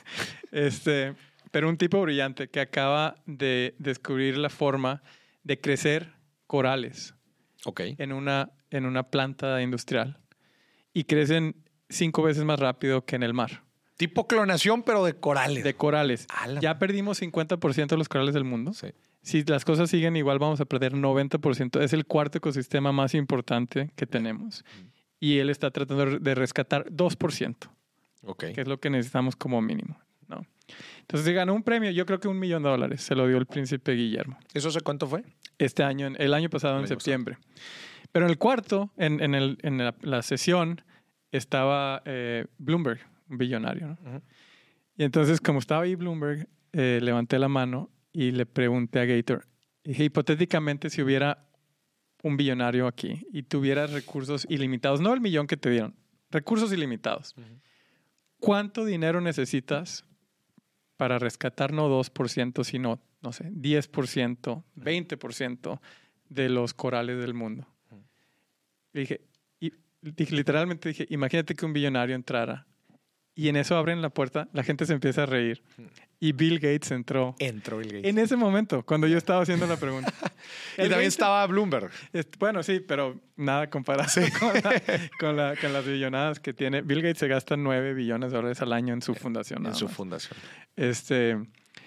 Este, pero un tipo brillante que acaba de descubrir la forma de crecer corales. Okay. En una, en una planta industrial y crecen cinco veces más rápido que en el mar. Tipo clonación, pero de corales. De corales. ¡Ala! Ya perdimos cincuenta por ciento de los corales del mundo. Sí. Si las cosas siguen igual, vamos a perder noventa por ciento. Es el cuarto ecosistema más importante que tenemos. Mm. Y él está tratando de rescatar dos por ciento. Okay. Que es lo que necesitamos como mínimo, ¿no? Entonces se ganó un premio, yo creo que un millón de dólares. Se lo dio el príncipe Guillermo. ¿Eso hace cuánto fue? Este año, el año pasado, el en año septiembre. Pasado. Pero en el cuarto, en, en, el, en la, la sesión, estaba eh, Bloomberg, un billonario, ¿no? Uh-huh. Y entonces, como estaba ahí Bloomberg, eh, levanté la mano y le pregunté a Gator, dije, hipotéticamente, si hubiera un billonario aquí y tuviera recursos ilimitados, no el millón que te dieron, recursos ilimitados, uh-huh. ¿cuánto dinero necesitas para rescatar no dos por ciento, sino, no sé, diez por ciento, veinte por ciento de los corales del mundo? Uh-huh. Y dije, y, dije, literalmente dije, imagínate que un billonario entrara y en eso abren la puerta, la gente se empieza a reír y Bill Gates entró. Entró Bill Gates. En ese momento, cuando yo estaba haciendo la pregunta. Y también veinte, estaba Bloomberg. Es, bueno, sí, pero nada comparado sí. con, la, con, la, con las billonadas que tiene. Bill Gates se gasta nueve billones de dólares al año en su fundación. En su más. fundación. Este,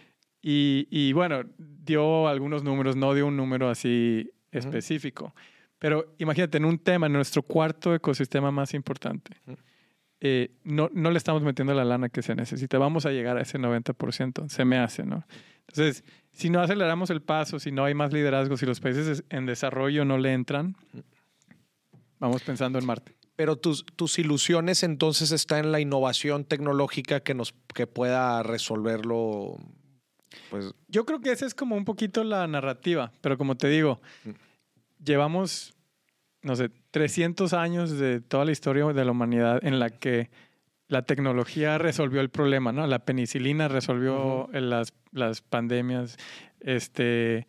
y, y bueno, dio algunos números, no dio un número así uh-huh. específico. Pero imagínate, en un tema, en nuestro cuarto ecosistema más importante, uh-huh. eh, no, no le estamos metiendo la lana que se necesita. Vamos a llegar a ese noventa por ciento, se me hace, ¿no? Entonces, si no aceleramos el paso, si no hay más liderazgo, si los países en desarrollo no le entran, vamos pensando en Marte. Pero tus, tus ilusiones entonces están en la innovación tecnológica que, nos, que pueda resolverlo. Pues... Yo creo que esa es como un poquito la narrativa, pero como te digo, mm. llevamos, no sé, trescientos años de toda la historia de la humanidad en la que la tecnología resolvió el problema, ¿no? La penicilina resolvió uh-huh. las, las pandemias. Este,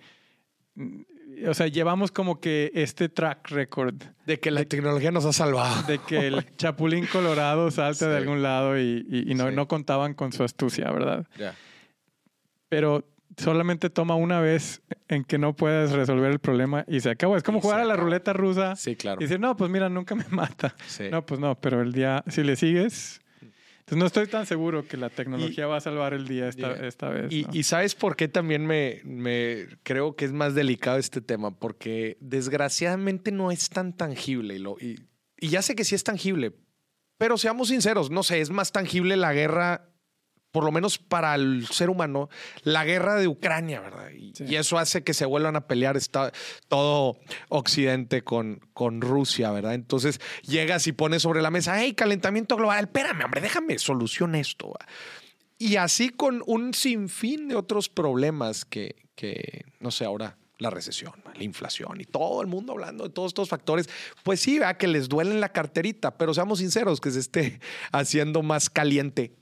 o sea, llevamos como que este track record. De que la de, tecnología nos ha salvado. De que el chapulín colorado salta sí. de algún lado y, y, y no, sí. no contaban con su astucia, ¿verdad? Yeah. Pero solamente toma una vez en que no puedes resolver el problema y se acabó. Es como y jugar a la ruleta rusa. Sí, claro. Y decir, no, pues mira, nunca me mata. Sí. No, pues no, pero el día, si le sigues... Entonces no estoy tan seguro que la tecnología y, va a salvar el día esta, yeah. esta vez. Y, ¿no? y ¿sabes por qué también me, me creo que es más delicado este tema? Porque desgraciadamente no es tan tangible. Y, lo, y, y ya sé que sí es tangible, pero seamos sinceros, no sé, es más tangible la guerra, por lo menos para el ser humano, la guerra de Ucrania, ¿verdad? Y, sí. y eso hace que se vuelvan a pelear está, todo Occidente con, con Rusia, ¿verdad? Entonces llegas y pones sobre la mesa, hey, calentamiento global, espérame, hombre, déjame solucionar esto. Y así con un sinfín de otros problemas que, que no sé, ahora la recesión, la inflación y todo el mundo hablando de todos estos factores, pues sí, vea que les duele en la carterita, pero seamos sinceros, que se esté haciendo más caliente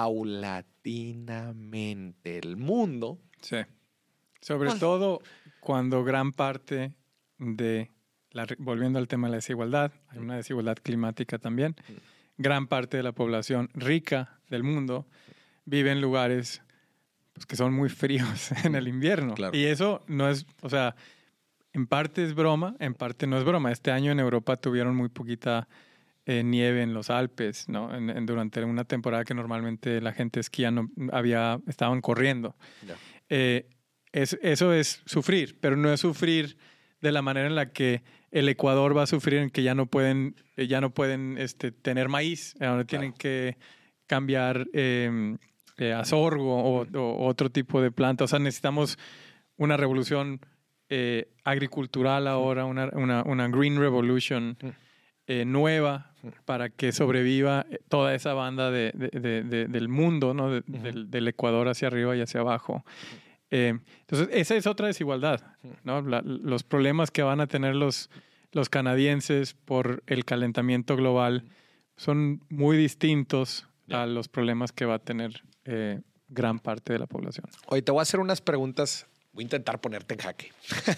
paulatinamente el mundo. Sí. Sobre bueno. todo cuando gran parte de, la, volviendo al tema de la desigualdad, hay una desigualdad climática también, gran parte de la población rica del mundo vive en lugares pues, que son muy fríos en el invierno. Claro. Y eso no es, o sea, en parte es broma, en parte no es broma. Este año en Europa tuvieron muy poquita Eh, nieve en los Alpes, ¿no? En, en, durante una temporada que normalmente la gente esquía, no, había, estaban corriendo. Yeah. Eh, es, eso es sufrir, pero no es sufrir de la manera en la que el Ecuador va a sufrir, en que ya no pueden, eh, ya no pueden este, tener maíz, ahora claro. tienen que cambiar eh, eh, a sorgo o, mm. o otro tipo de planta. O sea, necesitamos una revolución eh, agricultural ahora, mm. una, una, una green revolution mm. eh, nueva, para que sobreviva toda esa banda de, de, de, de, del mundo, ¿no? De, uh-huh. del, del Ecuador hacia arriba y hacia abajo. Eh, entonces, esa es otra desigualdad, ¿no? La, los problemas que van a tener los, los canadienses por el calentamiento global son muy distintos yeah. a los problemas que va a tener eh, gran parte de la población. Oye, te voy a hacer unas preguntas. Voy a intentar ponerte en jaque.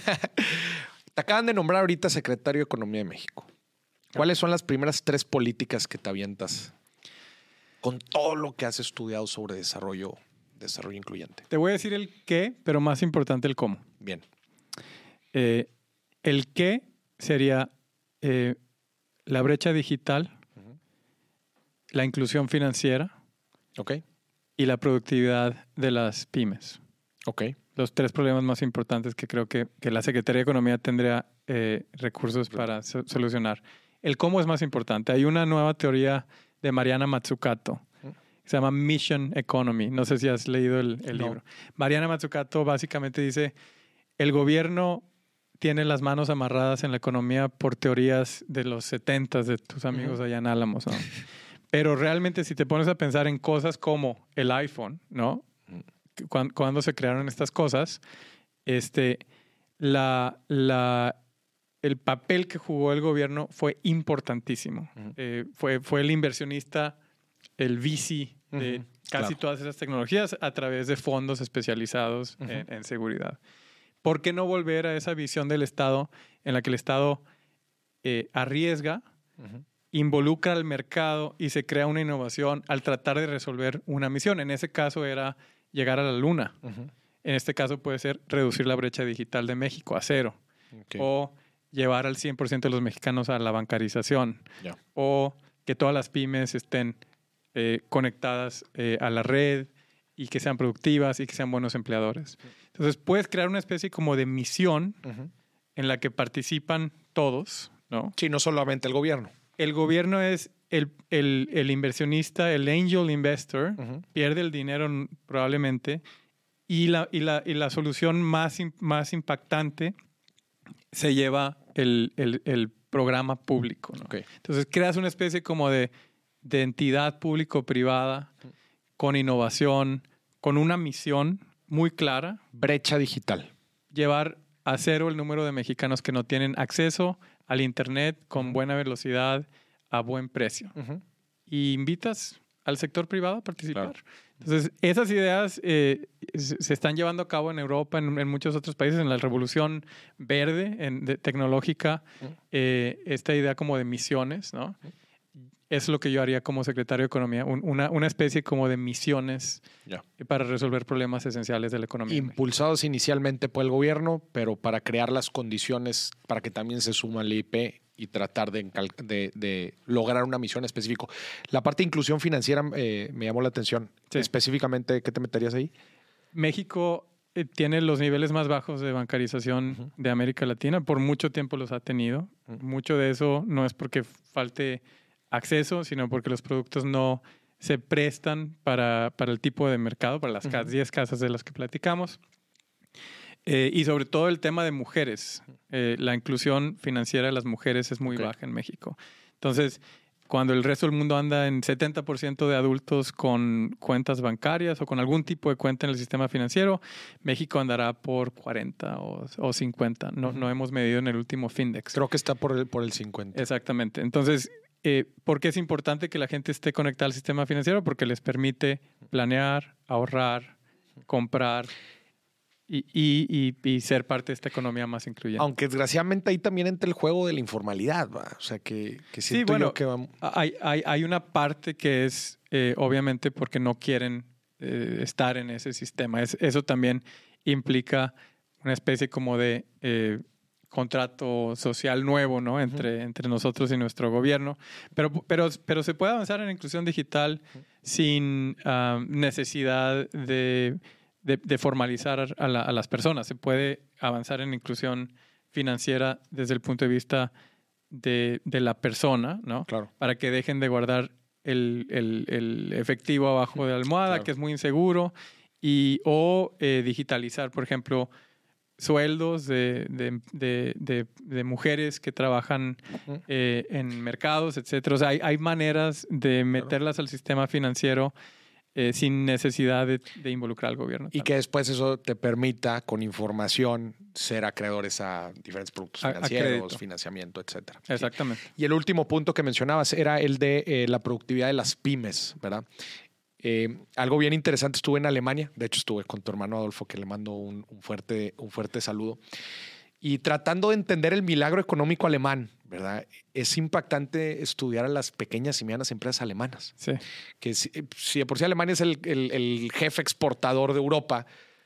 Te acaban de nombrar ahorita secretario de Economía de México. ¿Cuáles son las primeras tres políticas que te avientas con todo lo que has estudiado sobre desarrollo, desarrollo incluyente? Te voy a decir el qué, pero más importante el cómo. Bien. Eh, el qué sería eh, la brecha digital, uh-huh. la inclusión financiera okay. y la productividad de las pymes. Okay. Los tres problemas más importantes que creo que, que la Secretaría de Economía tendría eh, recursos para so- solucionar. El cómo es más importante. Hay una nueva teoría de Mariana Mazzucato que se llama Mission Economy. No sé si has leído el, el no. libro. Mariana Mazzucato básicamente dice, el gobierno tiene las manos amarradas en la economía por teorías de los setentas de tus amigos uh-huh. allá en Álamos, ¿no? Pero realmente si te pones a pensar en cosas como el iPhone, ¿no? Cuando, cuando se crearon estas cosas, este, la... la el papel que jugó el gobierno fue importantísimo. Uh-huh. Eh, fue, fue el inversionista, el V C de uh-huh. casi claro. todas esas tecnologías a través de fondos especializados uh-huh. en, en seguridad. ¿Por qué no volver a esa visión del Estado en la que el Estado eh, arriesga, uh-huh. involucra al mercado y se crea una innovación al tratar de resolver una misión? En ese caso era llegar a la luna. Uh-huh. En este caso puede ser reducir la brecha digital de México a cero. Okay. O llevar al cien por ciento de los mexicanos a la bancarización. Yeah. O que todas las pymes estén eh, conectadas eh, a la red y que sean productivas y que sean buenos empleadores. Entonces, puedes crear una especie como de misión uh-huh. en la que participan todos, ¿no? Sí, no solamente el gobierno. El gobierno es el, el, el inversionista, el angel investor, uh-huh. pierde el dinero probablemente Y la, y la, y la solución más, más impactante se lleva el, el, el programa público, ¿no? Okay. Entonces creas una especie como de, de entidad público-privada con innovación, con una misión muy clara. Brecha digital. Llevar a cero el número de mexicanos que no tienen acceso al Internet con buena velocidad a buen precio. Uh-huh. Y invitas al sector privado a participar. Claro. Entonces, esas ideas eh, se están llevando a cabo en Europa, en, en muchos otros países, en la revolución verde en, de, tecnológica, uh-huh. eh, esta idea como de misiones, ¿no? Uh-huh. Es lo que yo haría como secretario de Economía, un, una, una especie como de misiones yeah. para resolver problemas esenciales de la economía. Impulsados inicialmente por el gobierno, pero para crear las condiciones para que también se suma el I P y tratar de, de, de lograr una misión específica. La parte de inclusión financiera eh, me llamó la atención. Sí. Específicamente, ¿qué te meterías ahí? México eh, tiene los niveles más bajos de bancarización uh-huh. de América Latina. Por mucho tiempo los ha tenido. Uh-huh. Mucho de eso no es porque falte acceso, sino porque los productos no se prestan para, para el tipo de mercado, para las uh-huh. diez casas de las que platicamos. Eh, y sobre todo el tema de mujeres. Eh, la inclusión financiera de las mujeres es muy okay. baja en México. Entonces, cuando el resto del mundo anda en setenta por ciento de adultos con cuentas bancarias o con algún tipo de cuenta en el sistema financiero, México andará por cuarenta o, o cincuenta. No, uh-huh. no hemos medido en el último Findex. Creo que está por el, por el cincuenta. Exactamente. Entonces, eh, ¿por qué es importante que la gente esté conectada al sistema financiero? Porque les permite planear, ahorrar, comprar y, y, y, y ser parte de esta economía más incluyente. Aunque desgraciadamente ahí también entra el juego de la informalidad, ¿va? O sea, que, que siento sí, bueno, yo que vamos... hay, hay, hay una parte que es eh, obviamente porque no quieren eh, estar en ese sistema. Es, eso también implica una especie como de eh, contrato social nuevo, ¿no? Entre, uh-huh. entre nosotros y nuestro gobierno. Pero, pero, pero se puede avanzar en la inclusión digital uh-huh. sin uh, necesidad de... De, de formalizar a, la, a las personas. Se puede avanzar en inclusión financiera desde el punto de vista de, de la persona, ¿no? Claro. Para que dejen de guardar el, el, el efectivo abajo de la almohada, claro. que es muy inseguro, y, o eh, digitalizar, por ejemplo, sueldos de, de, de, de, de mujeres que trabajan uh-huh. eh, en mercados, etcétera. O sea, hay, hay maneras de meterlas claro. al sistema financiero Eh, sin necesidad de, de involucrar al gobierno. Y también. Que después eso te permita, con información, ser acreedores a diferentes productos a, financieros, a financiamiento, etcétera. Exactamente. Sí. Y el último punto que mencionabas era el de eh, la productividad de las pymes, ¿verdad? Eh, algo bien interesante, estuve en Alemania, de hecho estuve con tu hermano Adolfo, que le mando un, un, fuerte, un fuerte saludo. Y tratando de entender el milagro económico alemán, ¿verdad? Es impactante estudiar a las pequeñas y medianas empresas alemanas. Sí. Que si, si de por sí Alemania es el, el, el jefe exportador de Europa,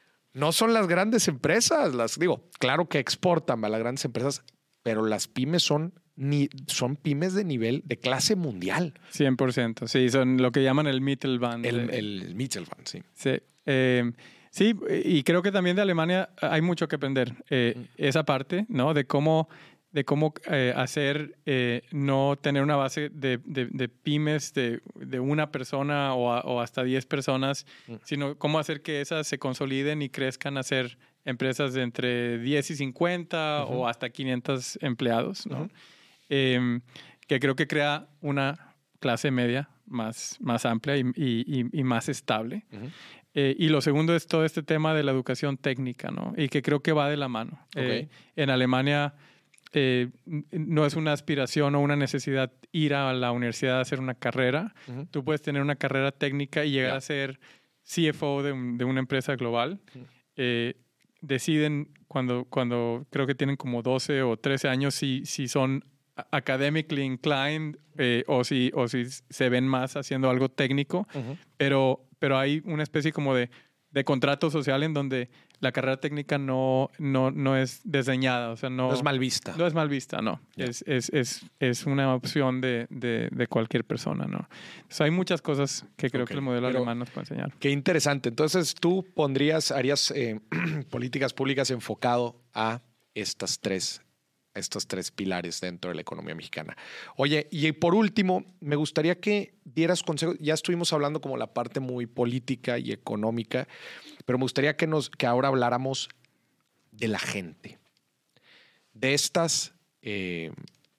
no son las grandes empresas. Las, digo, claro que exportan a las grandes empresas, pero las pymes son, ni, son pymes de nivel, de clase mundial. cien por ciento. Sí, son lo que llaman el Mittelband. El, el, el Mittelband, sí. Sí. Eh, Sí, y creo que también de Alemania hay mucho que aprender. Eh, mm. Esa parte, ¿no? De cómo, de cómo eh, hacer, eh, no tener una base de, de, de pymes de, de una persona o, a, o hasta diez personas, mm. sino cómo hacer que esas se consoliden y crezcan a ser empresas de entre diez y cincuenta uh-huh. o hasta quinientos empleados, ¿no? Uh-huh. Eh, que creo que crea una clase media más, más amplia y, y, y más estable. Uh-huh. Eh, y lo segundo es todo este tema de la educación técnica, ¿no? Y que creo que va de la mano. Okay. Eh, en Alemania eh, no es una aspiración o una necesidad ir a la universidad a hacer una carrera. Uh-huh. Tú puedes tener una carrera técnica y llegar yeah. a ser C F O de, un, de una empresa global. Uh-huh. Eh, deciden cuando, cuando creo que tienen como doce o trece años si, si son academically inclined eh, o, si, o si se ven más haciendo algo técnico, uh-huh. pero, pero hay una especie como de, de contrato social en donde la carrera técnica no, no, no es desdeñada, o sea, no, no es mal vista. No es mal vista, no. Yeah. Es, es, es, es una opción de, de, de cualquier persona, ¿no? Entonces, hay muchas cosas que creo okay. que el modelo pero, alemán nos puede enseñar. Qué interesante. Entonces, tú pondrías, harías eh, políticas públicas enfocado a estas tres estos tres pilares dentro de la economía mexicana. Oye, y por último, me gustaría que dieras consejos. Ya estuvimos hablando como la parte muy política y económica, Pero me gustaría que, nos, que ahora habláramos de la gente. De estas, eh,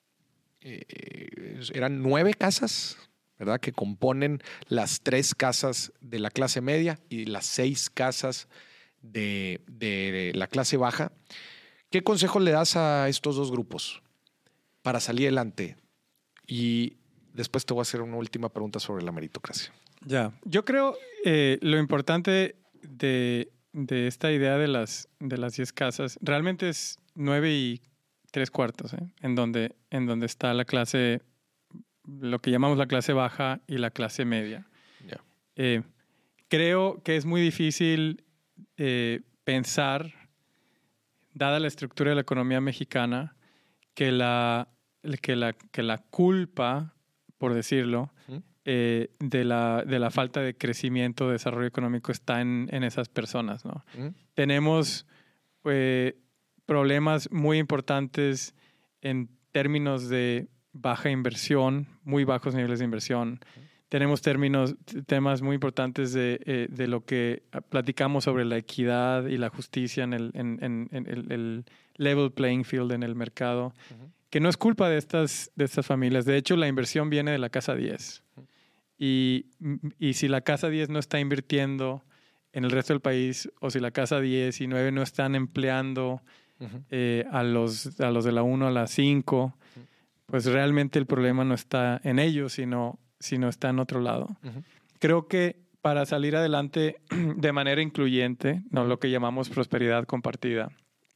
eh, eran nueve casas, ¿verdad? Que componen las tres casas de la clase media y las seis casas de, de la clase baja. ¿Qué consejos le das a estos dos grupos para salir adelante? Y después te voy a hacer una última pregunta sobre la meritocracia. Ya, yo creo eh, lo importante de, de esta idea de las, de las diez casas realmente es nueve y tres cuartos, ¿eh? en, donde, en donde está la clase, lo que llamamos la clase baja y la clase media. Yeah. Eh, creo que es muy difícil eh, pensar, dada la estructura de la economía mexicana, que la, que la, que la culpa, por decirlo, ¿Mm? eh, de, la, de la falta de crecimiento, desarrollo económico está en, en esas personas, ¿no? ¿Mm? Tenemos eh, problemas muy importantes en términos de baja inversión, muy bajos niveles de inversión. ¿Mm? Tenemos términos, temas muy importantes de, eh, de lo que platicamos sobre la equidad y la justicia en el, en, en, en el, el level playing field en el mercado, uh-huh. que no es culpa de estas, de estas familias. De hecho, la inversión viene de la casa diez. Uh-huh. Y, y si la casa diez no está invirtiendo en el resto del país, o si la casa diez y nueve no están empleando uh-huh. eh, a, los, a los de la uno a la cinco, uh-huh. pues realmente el problema no está en ellos, sino... si no está en otro lado. Uh-huh. Creo que para salir adelante de manera incluyente, no lo que llamamos prosperidad compartida,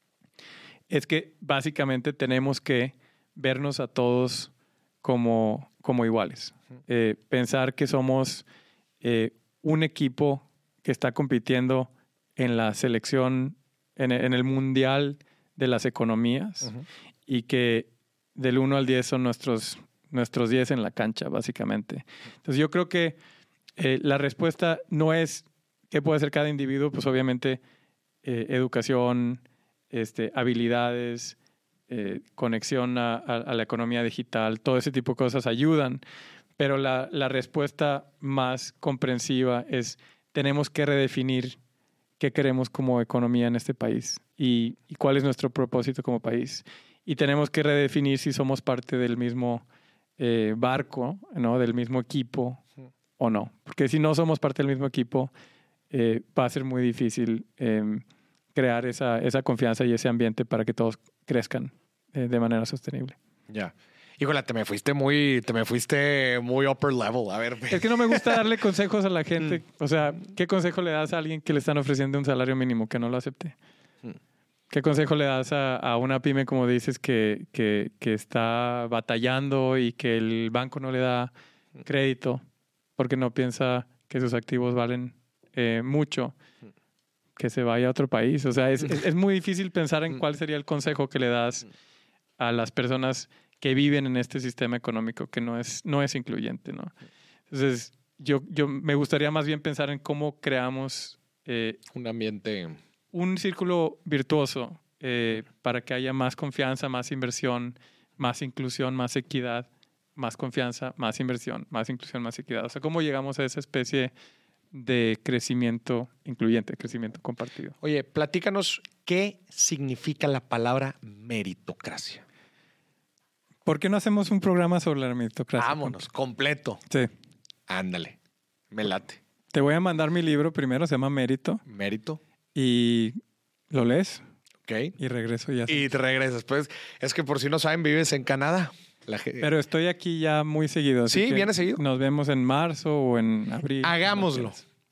es que básicamente tenemos que vernos a todos como, como iguales. Uh-huh. Eh, pensar que somos eh, un equipo que está compitiendo en la selección, en, en el mundial de las economías, uh-huh. y que del uno al diez son nuestros... nuestros diez en la cancha, básicamente. Entonces, yo creo que eh, la respuesta no es qué puede hacer cada individuo, pues obviamente eh, educación, este, habilidades, eh, conexión a, a, a la economía digital, todo ese tipo de cosas ayudan, pero la, la respuesta más comprensiva es tenemos que redefinir qué queremos como economía en este país y, y cuál es nuestro propósito como país. Y tenemos que redefinir si somos parte del mismo Eh, barco, ¿no? Del mismo equipo, sí. o no. Porque si no somos parte del mismo equipo, eh, va a ser muy difícil eh, crear esa, esa confianza y ese ambiente para que todos crezcan eh, de manera sostenible. Ya. Yeah. Híjole, te me fuiste muy, te me fuiste muy upper level. A ver. Es que no me gusta darle consejos a la gente. O sea, ¿qué consejo le das a alguien que le están ofreciendo un salario mínimo que no lo acepte? ¿Qué consejo le das a, a una pyme, como dices, que, que, que está batallando y que el banco no le da crédito porque no piensa que sus activos valen eh, mucho? Que se vaya a otro país. O sea, es, es, es muy difícil pensar en cuál sería el consejo que le das a las personas que viven en este sistema económico que no es, no es incluyente, ¿no? Entonces, yo, yo me gustaría más bien pensar en cómo creamos eh, un ambiente... un círculo virtuoso eh, para que haya más confianza, más inversión, más inclusión, más equidad, más confianza, más inversión, más inclusión, más equidad. O sea, ¿cómo llegamos a esa especie de crecimiento incluyente, crecimiento compartido? Oye, platícanos qué significa la palabra meritocracia. ¿Por qué no hacemos un programa sobre la meritocracia? Vámonos, completo. Sí. Ándale, me late. Te voy a mandar mi libro primero, se llama Mérito. Mérito. Y lo lees. Ok. Y regreso ya. Y te regresas. Pues es que por si no saben, vives en Canadá. La... Pero estoy aquí ya muy seguido. Sí, viene seguido. Nos vemos en marzo o en abril. Hagámoslo.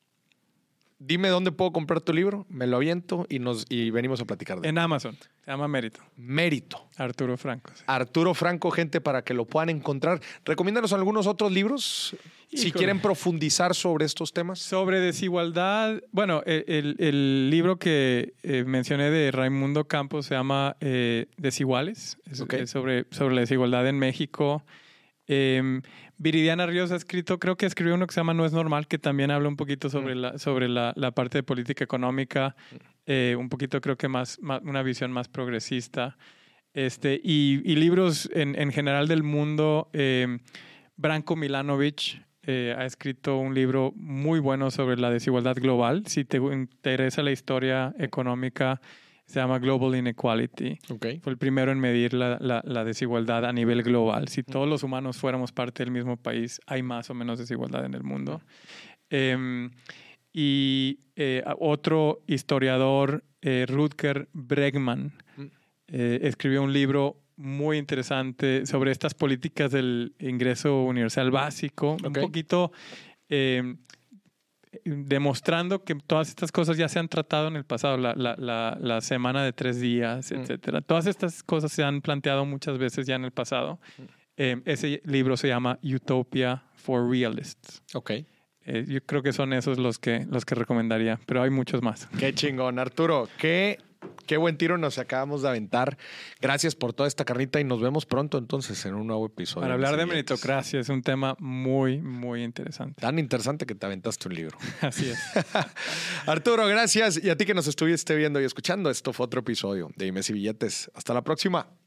Dime dónde puedo comprar tu libro, me lo aviento y, nos, y venimos a platicar de En Amazon. Se llama Mérito. Mérito. Arturo Franco. Sí. Arturo Franco, gente, para que lo puedan encontrar. Recomiéndanos algunos otros libros, Híjole. si quieren profundizar sobre estos temas. Sobre desigualdad. Bueno, el, el, el libro que eh, mencioné de Raimundo Campos se llama eh, Desiguales. Es, okay. es sobre, sobre la desigualdad en México. Eh, Viridiana Ríos ha escrito, creo que escribió uno que se llama No es normal, que también habla un poquito sobre, mm. la, sobre la, la parte de política económica, eh, un poquito creo que más, más una visión más progresista. Este, y, y libros en, en general del mundo, eh, Branko Milanovic, eh, ha escrito un libro muy bueno sobre la desigualdad global. Si te interesa la historia económica, se llama Global Inequality. Okay. Fue el primero en medir la, la, la desigualdad a nivel global. Si todos los humanos fuéramos parte del mismo país, hay más o menos desigualdad en el mundo. Eh, y eh, otro historiador, eh, Rutger Bregman, eh, escribió un libro muy interesante sobre estas políticas del ingreso universal básico, okay. Un poquito eh, demostrando que todas estas cosas ya se han tratado en el pasado, la, la, la, la semana de tres días, mm. etcétera. Todas estas cosas se han planteado muchas veces ya en el pasado. Mm. Eh, ese libro se llama Utopia for Realists. Ok. Eh, yo creo que son esos los que, los que recomendaría, pero hay muchos más. Qué chingón, Arturo. Qué, qué buen tiro nos acabamos de aventar. Gracias por toda esta carnita y nos vemos pronto entonces en un nuevo episodio. Para hablar de meritocracia es un tema muy, muy interesante. Tan interesante que te aventaste un libro. Así es. Arturo, gracias. Y a ti que nos estuviste viendo y escuchando, esto fue otro episodio de Dimes y Billetes. Hasta la próxima.